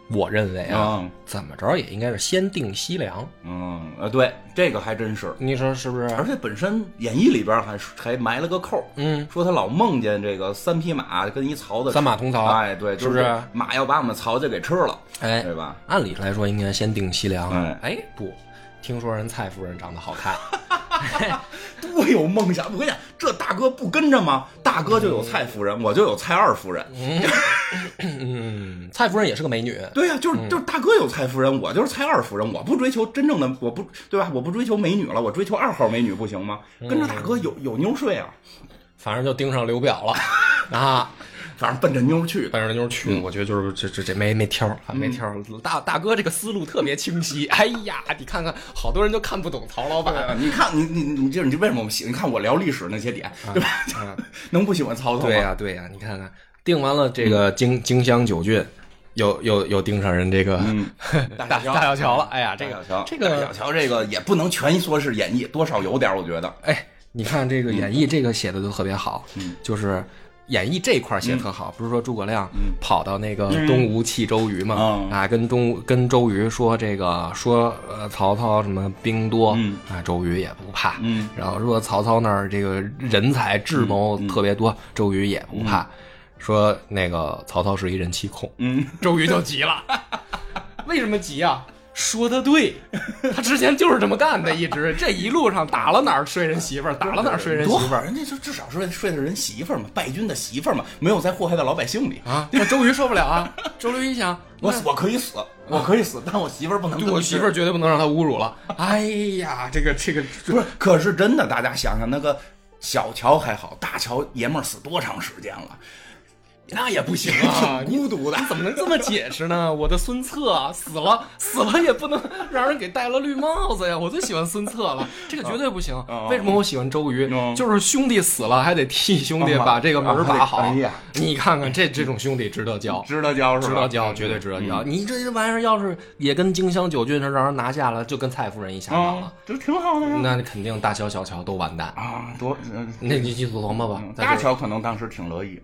我认为啊， 嗯怎么着也应该是先定西凉。 嗯呃，对，这个还真是。 你说是不是？ 而且本身演义里边还还埋了个扣， 嗯， 说他老梦见这个三匹马跟一曹的三马同槽， 哎，对， 是不是？ 马要把我们曹家给吃了， 哎， 对吧？ 按理来说应该先定西凉。 哎， 哎，不，听说人蔡夫人长得好看。 多有梦想！我跟你讲，这大哥不跟着吗？大哥就有蔡夫人，嗯、我就有蔡二夫人。 嗯，嗯蔡夫人也是个美女。 对呀、啊，就是就是大哥有蔡夫人，我就是蔡二夫人。我不追求真正的，我不对吧？我不追求美女了，我追求二号美女不行吗？跟着大哥有有妞睡啊。 反正就盯上刘表了啊。 反正奔着妞去， 奔着妞去，嗯、我觉得就是这这这没没挑啊，没挑。嗯、大大哥这个思路特别清晰。哎呀，你看看，好多人就看不懂曹老板。 啊、你看，你你你这你为什么我们喜？你看我聊历史那些点，啊、对吧？啊、能不喜欢曹操吗？ 对呀、啊、对呀、啊，你看看，定完了这个荆荆襄九郡，又又又盯上人这个、嗯、大大小乔了。哎呀，这个这个大小乔这个也不能全说是演绎，多少有点，我觉得。 哎，你看这个演绎这个写的就特别好，嗯、就是。演绎这块写特好，嗯、不是说诸葛亮跑到那个东吴弃周瑜嘛？嗯、啊，跟东跟周瑜说这个说呃曹操什么兵多，嗯、啊周瑜也不怕。嗯、然后说曹操那儿这个人才智谋特别多，嗯、周瑜也不怕。嗯、说那个曹操是一人妻控，嗯、周瑜就急了。为什么急啊？说的对，他之前就是这么干的，一直这一路上打了哪儿睡人媳妇儿，打了哪儿睡人媳妇儿， 人家就至少是睡的人媳妇儿嘛，败军的媳妇儿嘛，没有再祸害到老百姓里啊。那周瑜受不了啊，周瑜一想， 我我可以死，我可以死，但我媳妇儿不能， 对我媳妇儿绝对不能让他侮辱了。哎呀，这个这个不是，可是真的，大家想想那个小乔还好，大乔爷们儿死多长时间了？ 那也不行啊， 孤独的， 你怎么能这么解释呢？我的孙策死了，死了也不能让人给戴了绿帽子呀！我最喜欢孙策了，这个绝对不行。 哦、 为什么我喜欢周瑜？哦、就是兄弟死了还得替兄弟把这个门把好。 哦哎、 你看看这这种兄弟值得交， 值得交是吧？ 值得交，绝对值得交。嗯、你这玩意儿要是也跟荆襄九郡上让人拿下了，就跟蔡夫人一下子了， 哦、这挺好的呀。 那肯定大乔、小乔都完蛋啊！多，呃、 那你去琢磨吧。嗯、 大乔可能当时挺乐意。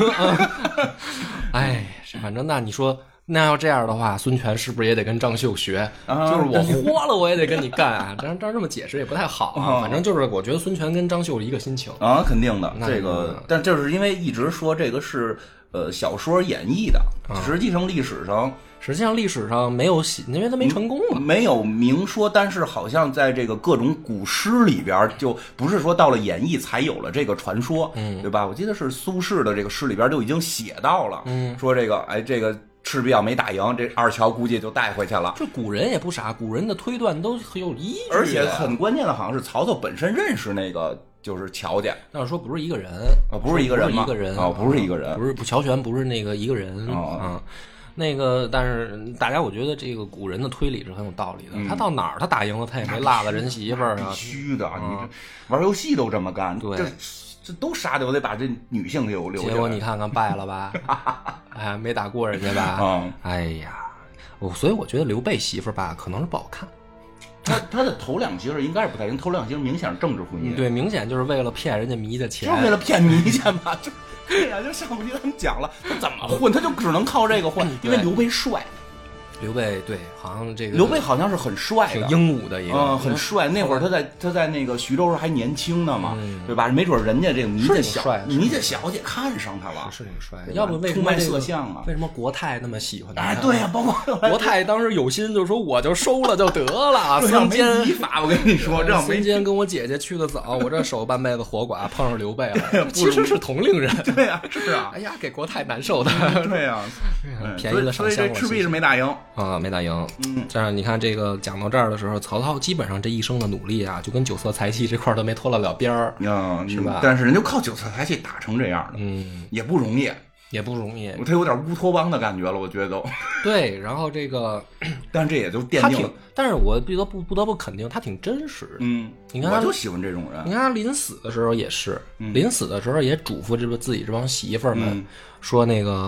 哎，反正那你说，那要这样的话，孙权是不是也得跟张绣学？啊、就是我活了，我也得跟你干啊！这样这样这么解释也不太好啊。反正就是，我觉得孙权跟张绣一个心情啊，肯定的。这个，但就是因为一直说这个是呃小说演绎的，实际上历史上。 实际上历史上没有写，因为他没成功嘛， 没有明说。但是好像在这个各种古诗里边，就不是说到了演义才有了这个传说，嗯，对吧？我记得是苏轼的这个诗里边就已经写到了，嗯，说这个哎这个赤壁要没打赢，这二乔估计就带回去了。 这古人也不傻，古人的推断都很有依据， 而且很关键的，好像是曹操本身认识那个。就是乔家， 但是说不是一个人啊、哦，不是一个人吗？ 不是一个人哦，不是一个人， 不是不乔玄不是那个一个人啊。 哦嗯那个，但是大家我觉得这个古人的推理是很有道理的。嗯、他到哪儿他打赢了，他也没落了人媳妇儿啊。 必须的，嗯、你这玩游戏都这么干， 对， 这这都杀的，我得把这女性给我留下来。 结果你看看败了吧？哎，没打过人家吧？ 嗯、 哎呀，我所以我觉得刘备媳妇儿吧，可能是不好看。 他他的头两媳妇应该是不太行，头两媳妇明显是政治婚姻， 对，明显就是为了骗人家迷的钱， 就是为了骗迷钱嘛，就对呀、啊，就上回他们讲了，他怎么混，他就只能靠这个混，因为刘备帅。 刘备对，好像这个刘备好像是很帅的，挺英武的一个， 嗯，很帅。那会儿他在他在那个徐州时候还年轻呢嘛， 嗯、 对吧？没准人家这个倪家小倪家小姐看上他了， 是挺帅的。要不为什么、这个、 色相啊？ 为什么国泰那么喜欢他？ 哎，对呀、啊，包括国泰当时有心就说我就收了就得了。孙坚没法，我跟你说，这孙坚跟我姐姐去的早，我这守半辈子活寡，碰上刘备了，其实是同龄人。 对呀、啊，是啊。 哎呀，给国泰难受的。 对呀、 啊，便宜的上香了。 所以这赤壁是没打赢啊，没打赢。 嗯， 这样你看这个讲到这儿的时候，曹操基本上这一生的努力啊，就跟酒色财气这块都没脱得了边儿， 嗯， 是吧？ 但是人就靠酒色财气打成这样的， 嗯， 也不容易， 也不容易。 他有点乌托邦的感觉了，我觉得都。 对，然后这个， 但是这也就奠定了。 但是我不得不不得不肯定，他挺真实。 嗯， 你看他， 我就喜欢这种人。 你看他临死的时候也是， 嗯、 临死的时候也嘱咐这个自己这帮媳妇儿们、嗯、说那个。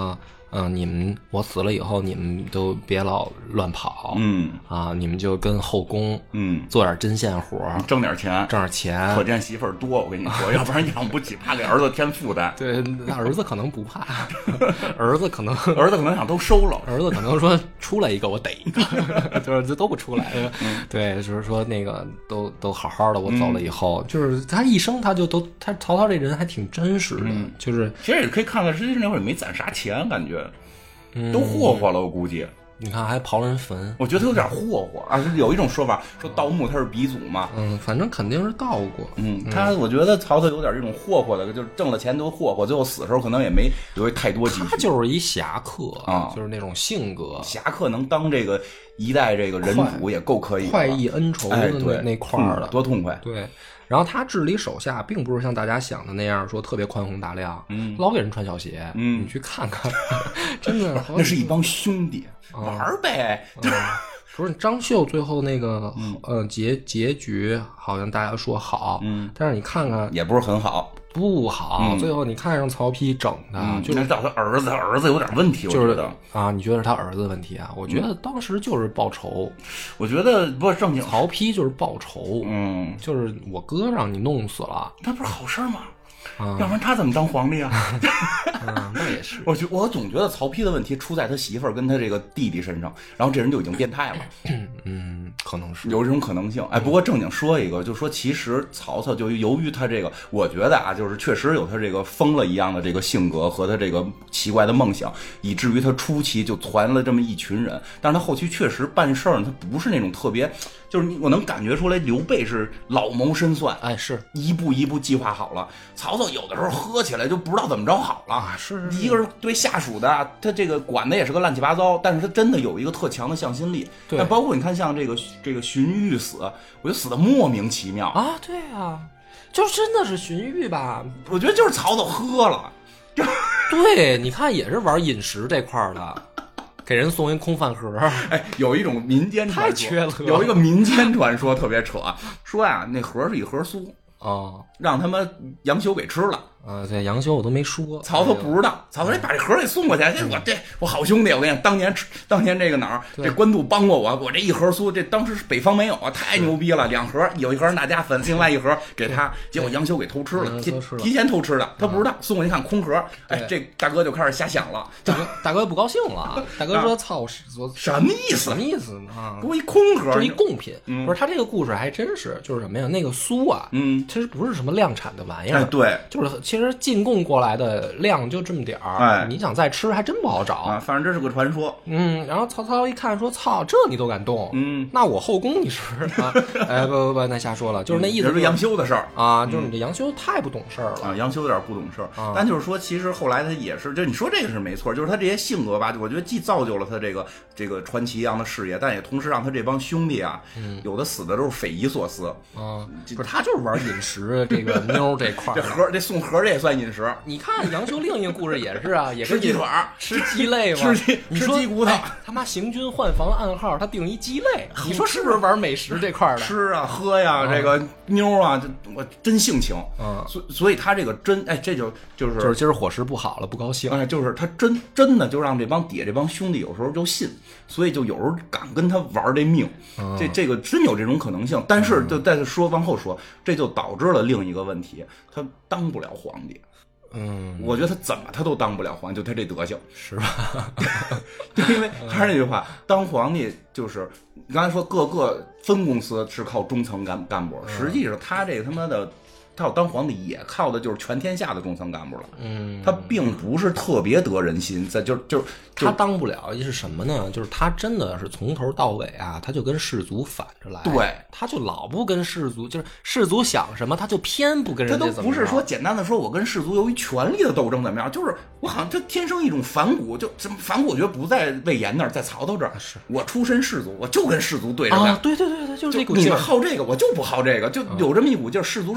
嗯、呃，你们我死了以后，你们都别老乱跑， 嗯啊，你们就跟后宫， 嗯， 做点针线活， 挣点钱， 挣点钱， 可见媳妇儿多，我跟你说，要不然养不起，怕给儿子添负担。 对，那儿子可能不怕，儿子可能儿子可能想都收了， 儿子可能说出来一个我逮一个，就是这都不出来。嗯、对，就是说那个都都好好的，我走了以后，嗯、就是他一生他就都他曹操这人还挺真实的，嗯、就是其实也可以看看，实际上那会儿也没攒啥钱，感觉都霍霍了，我估计。 你看还刨人坟， 我觉得有点霍霍啊！有一种说法说盗墓他是鼻祖嘛， 嗯，反正肯定是盗过。 嗯，他我觉得曹操有点这种霍霍的，就是挣了钱都霍霍，最后死的时候可能也没留太多积蓄。 他就是一侠客啊， 就是那种性格， 侠客能当这个一代这个人主也够可以， 快意恩仇的那、哎、那块儿的、 嗯，多痛快。 对。然后他治理手下，并不是像大家想的那样说特别宽宏大量， 嗯， 老给人穿小鞋， 嗯， 你去看看，真的， 那是一帮兄弟、嗯、玩呗。 嗯、不是张绣最后那个，嗯、呃，结结局好像大家说好， 嗯， 但是你看看也不是很好。 不好、嗯，最后你看上曹丕整的， 嗯、 就是找他儿子，儿子有点问题，我觉得、 就是、啊，你觉得是他儿子的问题啊？我觉得当时就是报仇， 嗯、我觉得不是正经， 曹丕就是报仇， 嗯， 就是我哥让你弄死了， 那不是好事吗？ 啊， 要不然他怎么当皇帝啊？ 嗯，那也是。 我觉我总觉得曹丕的问题出在他媳妇儿跟他这个弟弟身上，然后这人就已经变态了。 嗯，可能是有这种可能性。哎，不过正经说一个，就说其实曹操就由于他这个，我觉得啊，就是确实有他这个疯了一样的这个性格和他这个奇怪的梦想，以至于他初期就团了这么一群人，但是他后期确实办事儿，他不是那种特别。就是你，我能感觉出来，刘备是老谋深算， 哎，是一步一步计划好了。曹操有的时候喝起来就不知道怎么着好了， 啊、是, 是一个是对下属的，他这个管的也是个乱七八糟，但是他真的有一个特强的向心力。 对， 那包括你看，像这个这个荀彧死，我觉得死的莫名其妙啊，对啊，就真的是荀彧吧？ 我觉得就是曹操喝了， 对，你看也是玩饮食这块的。给人送一空饭盒， 哎，有一种民间传说， 太缺了。 有一个民间传说特别扯，说呀，那盒是一盒酥， 哦， 让他们杨修给吃了。 啊，对，杨修我都没说， 曹操不知道，曹操你把这盒给送过去，这我这我好兄弟，我跟你讲，当年当年这个哪儿，这官渡帮过我，我这一盒酥，这当时北方没有啊，太牛逼了，两盒，有一盒大家分，另外一盒给他，结果杨修给偷吃了，提提前偷吃的，他不知道，送过去看空盒，哎，这大哥就开始瞎想了， 大哥大哥不高兴了，大哥说操， 什么意思？ 什么意思啊？ 给我一空盒， 这是一贡品，不是他这个故事还真是，就是什么呀？那个酥啊， 嗯， 其实不是什么量产的玩意儿， 哎，对， 就是其实进贡过来的量就这么点儿， 哎， 你想再吃还真不好找啊。反正这是个传说。 嗯，然后曹操一看说：“操，这你都敢动？ 嗯， 那我后宫你是啊？哎，不不不，那瞎说了，就是那意思、就是。 这是杨修的事儿啊，就是你这杨修太不懂事儿了、 嗯、啊。杨修有点不懂事儿、啊，但就是说，其实后来他也是，就你说这个是没错，就是他这些性格吧，我觉得既造就了他这个这个传奇一样的事业，但也同时让他这帮兄弟啊， 嗯、 有的死的都是匪夷所思啊。不是他就是玩饮食这个妞这块这盒这送盒这也算饮食。 你看杨修另一个故事也是啊，也是吃鸡腿吃鸡肋嘛， 吃鸡吃鸡骨头、 哎。他妈行军换房暗号，他定一鸡肋，你说是不是玩美食这块的？ 吃啊喝呀、啊，这个妞啊，这我真性情。 嗯， 所所以他这个真哎，这就就是就是今儿伙食不好了，不高兴。 哎，就是他真真的就让这帮底下这帮兄弟有时候就信，所以就有时候敢跟他玩这命。 嗯、 这这个真有这种可能性，但是就再说往后说，这就导致了另一个问题，他当不了皇帝。 嗯， 我觉得他怎么他都当不了皇帝，就他这德行， 是吧？ 就因为还是那句话，当皇帝就是你刚才说各个分公司是靠中层干干部，实际上他这他妈的。他要当皇帝也靠的就是全天下的中层干部了， 嗯， 他并不是特别得人心，在就就他当不了是什么呢？就是他真的是从头到尾啊，他就跟士族反着来， 对， 他就老不跟士族，就是士族想什么，他就偏不跟人家怎么。 他都不是说简单的说我跟士族由于权力的斗争怎么样，就是我好像这天生一种反骨，就这反骨，我觉得不在魏延那儿，在曹操这儿， 是我出身士族，我就跟士族对着干， 啊，对对对对，就是这股劲儿，你们好这个，我就不好这个，就有这么一股劲儿，士族是死都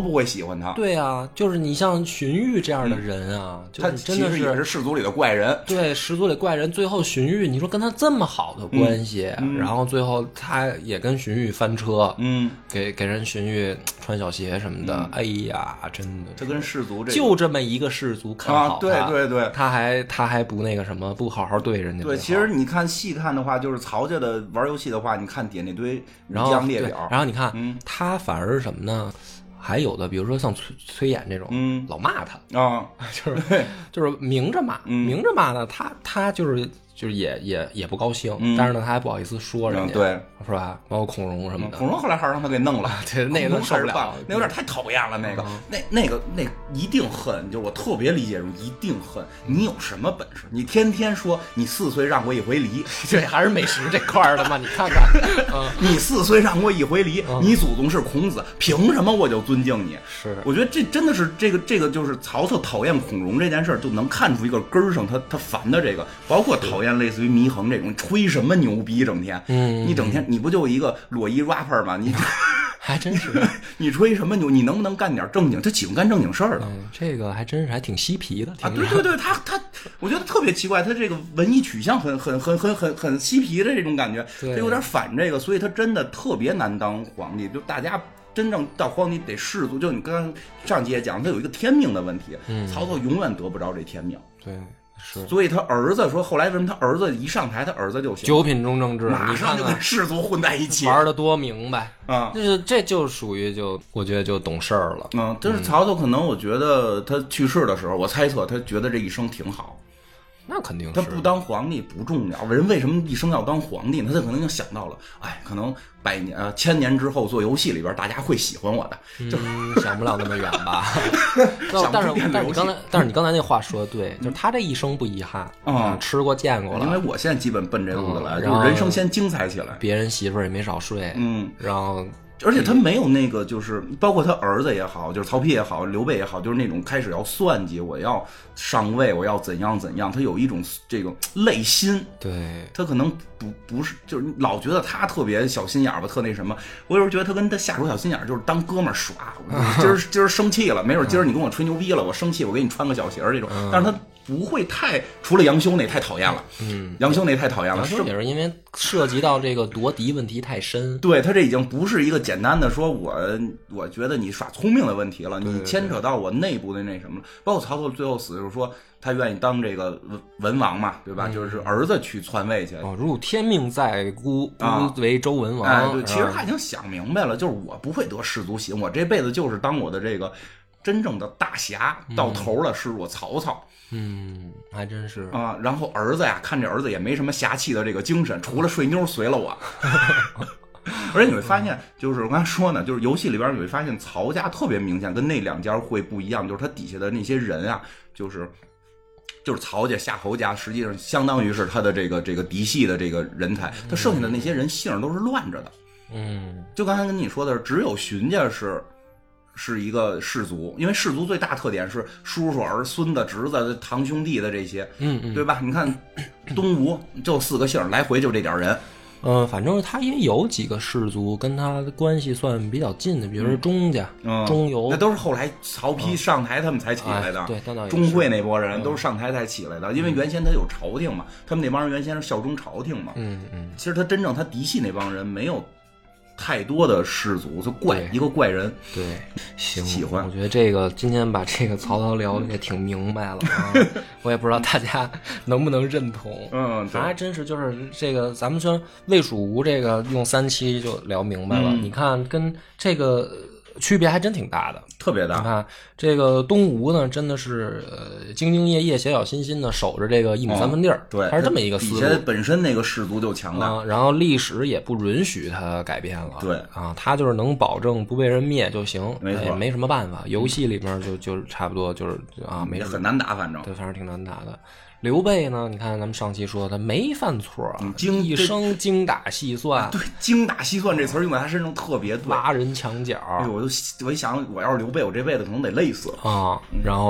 不会喜欢他。 对啊，就是你像荀彧这样的人啊， 嗯、 就是真的是他其实也是氏族里的怪人。 对，氏族里怪人，最后荀彧，你说跟他这么好的关系， 嗯嗯、 然后最后他也跟荀彧翻车， 嗯， 给给人荀彧穿小鞋什么的， 嗯、 哎呀，真的， 这跟氏族这就这么一个氏族看好他， 啊、对对对， 他还他还不那个什么，不好好对人家。 对，其实你看细看的话，就是曹家的玩游戏的话，你看点那堆武将列表， 然后你看， 嗯， 他反而是什么呢？还有的，比如说像崔崔琰这种， 嗯， 老骂他啊， 就是就是明着骂， 嗯、 明着骂呢，他他就是就是也也也不高兴， 嗯、 但是呢，他还不好意思说人家， 嗯、对， 是吧？包括孔融什么的， 孔融后来还是让他给弄了， 对，那个受不了， 那有点太讨厌了，那个， 嗯、 那那个那一定恨，就是我特别理解这种一定恨。你有什么本事？你天天说你四岁让过一回梨， 这还是美食这块的嘛？你看看，嗯、 你四岁让过一回梨， 嗯、 你祖宗是孔子，凭什么我就尊敬你？ 是， 我觉得这真的是这个这个就是曹操讨厌孔融这件事，就能看出一个根儿上他他烦的这个，包括讨厌类似于祢衡这种吹什么牛逼，整天， 嗯， 你整天你不就一个裸衣 rapper 吗？你还真是， 你吹什么牛？你能不能干点正经？他喜欢干正经事儿的、 嗯，这个还真是还挺嬉皮的啊！对对对，他他，我觉得特别奇怪，他这个文艺取向很很很很很很嬉皮的这种感觉，他有点反这个，所以他真的特别难当皇帝。就大家真正到皇帝得氏族，就你刚刚上集也讲，他有一个天命的问题， 嗯、 曹操永远得不着这天命。 对。是， 所以他儿子说，后来为什么他儿子一上台，他儿子就行？ 九品中正制， 马上就跟氏族混在一起， 玩的多明白啊！ 这这就属于就我觉得就懂事儿了。 嗯，就是曹操可能我觉得他去世的时候，我猜测他觉得这一生挺好。 那肯定是， 他不当皇帝不重要，人为什么一生要当皇帝呢？他可能就想到了，哎，可能百年呃千年之后做游戏里边大家会喜欢我的，就、 嗯、想不了那么远吧。但是但是你刚才但是你刚才那话说的对，就是他这一生不遗憾， 嗯， 吃过见过了。 因为我现在基本奔这路子来， 嗯、 就是人生先精彩起来， 别人媳妇儿也没少睡， 嗯， 然后。 而且他没有那个，就是包括他儿子也好，就是曹丕也好，刘备也好，就是那种开始要算计，我要上位，我要怎样怎样，他有一种这种累心。 对， 他可能不不是，就是老觉得他特别小心眼吧，特那什么。我有时候觉得他跟他下属小心眼，就是当哥们儿耍。今儿今儿生气了，没准今儿你跟我吹牛逼了，我生气，我给你穿个小鞋这种。但是他不会太，除了杨修那太讨厌了。 嗯， 杨修那太讨厌了。 杨修也是因为涉及到这个夺嫡问题太深。 对，他这已经不是一个简单的说我我觉得你耍聪明的问题了，你牵扯到我内部的那什么了。包括曹操最后死就是说他愿意当这个文文王嘛，对吧？嗯、就是儿子去篡位去。 哦，如天命在，孤孤为周文王。 哎，对，其实他已经想明白了，就是我不会得氏族喜欢，我这辈子就是当我的这个真正的大侠，到头了是我曹操。 嗯，还真是啊。然后儿子呀，看这儿子也没什么侠气的这个精神，除了睡妞随了我。而且你会发现，就是我刚才说呢，就是游戏里边你会发现曹家特别明显，跟那两家会不一样，就是他底下的那些人啊，就是就是曹家、夏侯家，实际上相当于是他的这个这个嫡系的这个人才，他剩下的那些人姓都是乱着的。 嗯， 就刚才跟你说的，只有荀家是。是一个氏族，因为氏族最大特点是叔叔、儿、孙子、侄子、堂兄弟的这些， 嗯嗯， 对吧？你看东吴就四个姓，来回就这点人。 嗯，反正他也有几个氏族跟他的关系算比较近的，比如说钟家、 嗯、 钟繇， 那都是后来曹丕上台他们才起来的。 嗯哎、对，当然钟会那波人都是上台才起来的，嗯、因为原先他有朝廷嘛，他们那帮人原先是效忠朝廷嘛。 嗯嗯， 其实他真正他嫡系那帮人没有太多的氏族，就怪一个怪人。 对，行， 喜欢。 我觉得这个今天把这个曹操聊的也挺明白了啊，我也不知道大家能不能认同。 嗯， 反正还真是，就是这个咱们说魏蜀吴这个用三期就聊明白了。 嗯、 你看跟这个区别还真挺大的， 特别大。 你看这个东吴呢，真的是呃兢兢业业、小小心心的守着这个一亩三分地儿、 哦，对， 它是这么一个思路。 底下本身那个氏族就强大、 啊，然后历史也不允许他改变了。 对啊，他就是能保证不被人灭就行， 没错， 也没什么办法。游戏里面就就差不多就是啊，没也很难打，反正对，反正挺难打的。刘备呢？你看咱们上期说他没犯错啊， 嗯、精一生精打细算。 对，精打细算这词儿用在他身上特别对， 挖人墙角。 哎呦，我就我一想，我要是刘备，我这辈子可能得累死啊。然后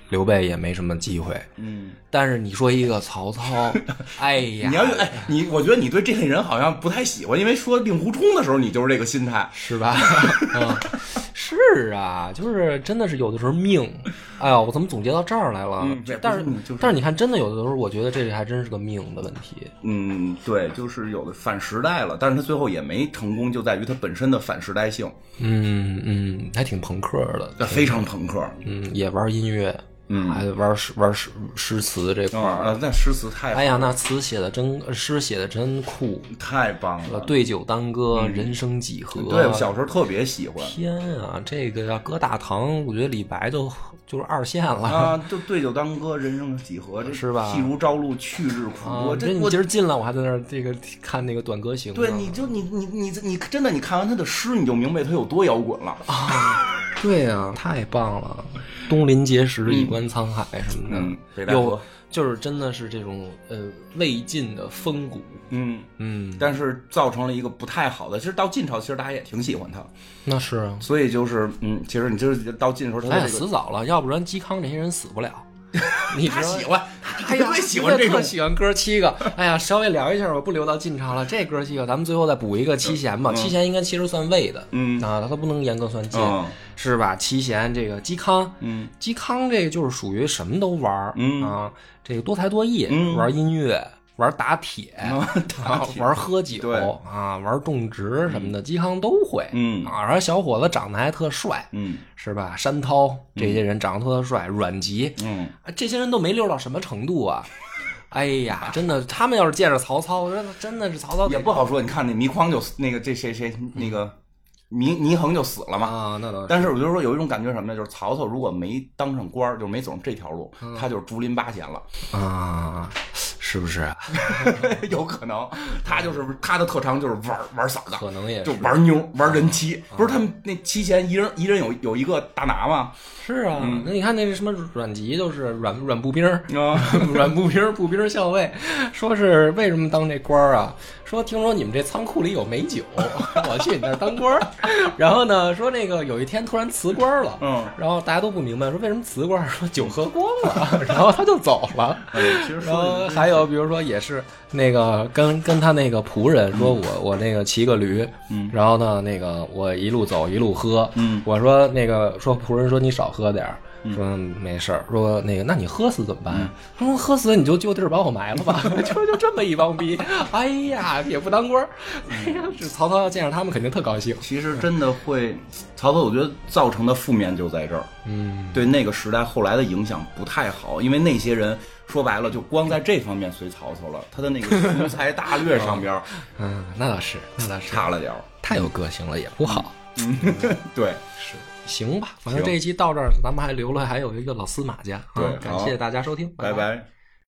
刘备也没什么机会。 嗯， 但是你说一个曹操，哎呀， 你要哎你，我觉得你对这类人好像不太喜欢，因为说令狐冲的时候你就是这个心态， 是吧？嗯，是啊，就是真的是有的时候命，哎呀，我怎么总结到这儿来了？ 嗯、 但是、 就是、 但是你看，真的有的时候，我觉得这还真是个命的问题。 嗯，对，就是有的反时代了，但是他最后也没成功，就在于他本身的反时代性。 嗯嗯，还挺朋克的， 非常朋克。 嗯，也玩音乐。 嗯， 还玩诗玩诗诗词这块儿、 哦、啊，那诗词太好了， 哎呀，那词写的真，诗写的真酷， 太棒了！ 对酒当歌， 嗯、 人生几何？ 对，我小时候特别喜欢。 天啊，这个要搁大唐，我觉得李白就就是二线了啊！就对酒当歌，人生几何，这是吧？ 譬如朝露，去日苦。 啊、 我这你今儿进来，我还在那儿这个看那个短歌行。 对，你就你你你你真的，你看完他的诗，你就明白他有多摇滚了啊！对呀、啊，太棒了！东临碣石，以观沧海什么的， 嗯， 有就是真的是这种呃魏晋的风骨， 嗯嗯， 但是造成了一个不太好的。其实到晋朝，其实大家也挺喜欢他， 那是啊， 所以就是嗯，其实你就是到晋的时候，他、这个、 哎死早了，要不然嵇康这些人死不了。你他喜欢，他绝对喜欢这种， 喜欢哥七个。哎呀，稍微聊一下，我不留到晋朝了。这哥七个，咱们最后再补一个七贤吧。 嗯、 七贤应该其实算魏的， 嗯啊，他不能严格算晋， 嗯、 是吧？七贤这个嵇康， 嗯， 嵇康这个就是属于什么都玩， 嗯啊，这个多才多艺， 嗯、 玩音乐。玩打铁， 嗯、打铁玩喝酒啊，玩种植什么的，嵇康都会。 嗯啊，然后小伙子长得还特帅， 嗯， 是吧？山涛这些人长得特帅，阮籍， 嗯， 这些人都没溜到什么程度啊！哎呀，真的，他们要是见着曹操，真的真的是曹操也不好说。你看那糜匡就那个这谁谁那个祢祢衡就死了嘛啊，那倒是。 但是我就说有一种感觉什么呢？就是曹操如果没当上官，就没走上这条路， 嗯、 他就是竹林八贤了啊。是不是啊？ 有可能，他就是他的特长就是玩玩嫂子， 可能也就玩妞玩人妻。啊、不是他们那七贤一人一人有有一个大拿吗？ 是啊， 嗯、 那你看那什么阮籍就是阮阮步兵啊， 嗯、 阮步兵步兵校尉，说是为什么当这官啊？说听说你们这仓库里有美酒，我去你那儿当官。然后呢，说那个有一天突然辞官了， 嗯， 然后大家都不明白，说为什么辞官？说酒喝光了，然后他就走了。 哎、其实然后还有比如说也是那个跟跟他那个仆人说我、嗯、我那个骑个驴， 嗯， 然后呢那个我一路走一路喝， 嗯， 我说那个说仆人说你少喝点儿。说没事儿，说那个，那你喝死怎么办？他说喝死你就就地儿把我埋了吧，就就这么一帮逼，哎呀，也不当官，哎呀，这曹操要见着他们肯定特高兴。 其实真的会，曹操我觉得造成的负面就在这儿， 嗯， 对那个时代后来的影响不太好，因为那些人说白了就光在这方面随曹操了，他的那个雄才大略上边， 嗯，那倒是，那倒是差了点儿， 太有个性了也不好。 嗯，对， 是。行吧，反正这一期到这儿，咱们还留了还有一个老司马家， 对， 感谢大家收听， 拜拜。拜拜。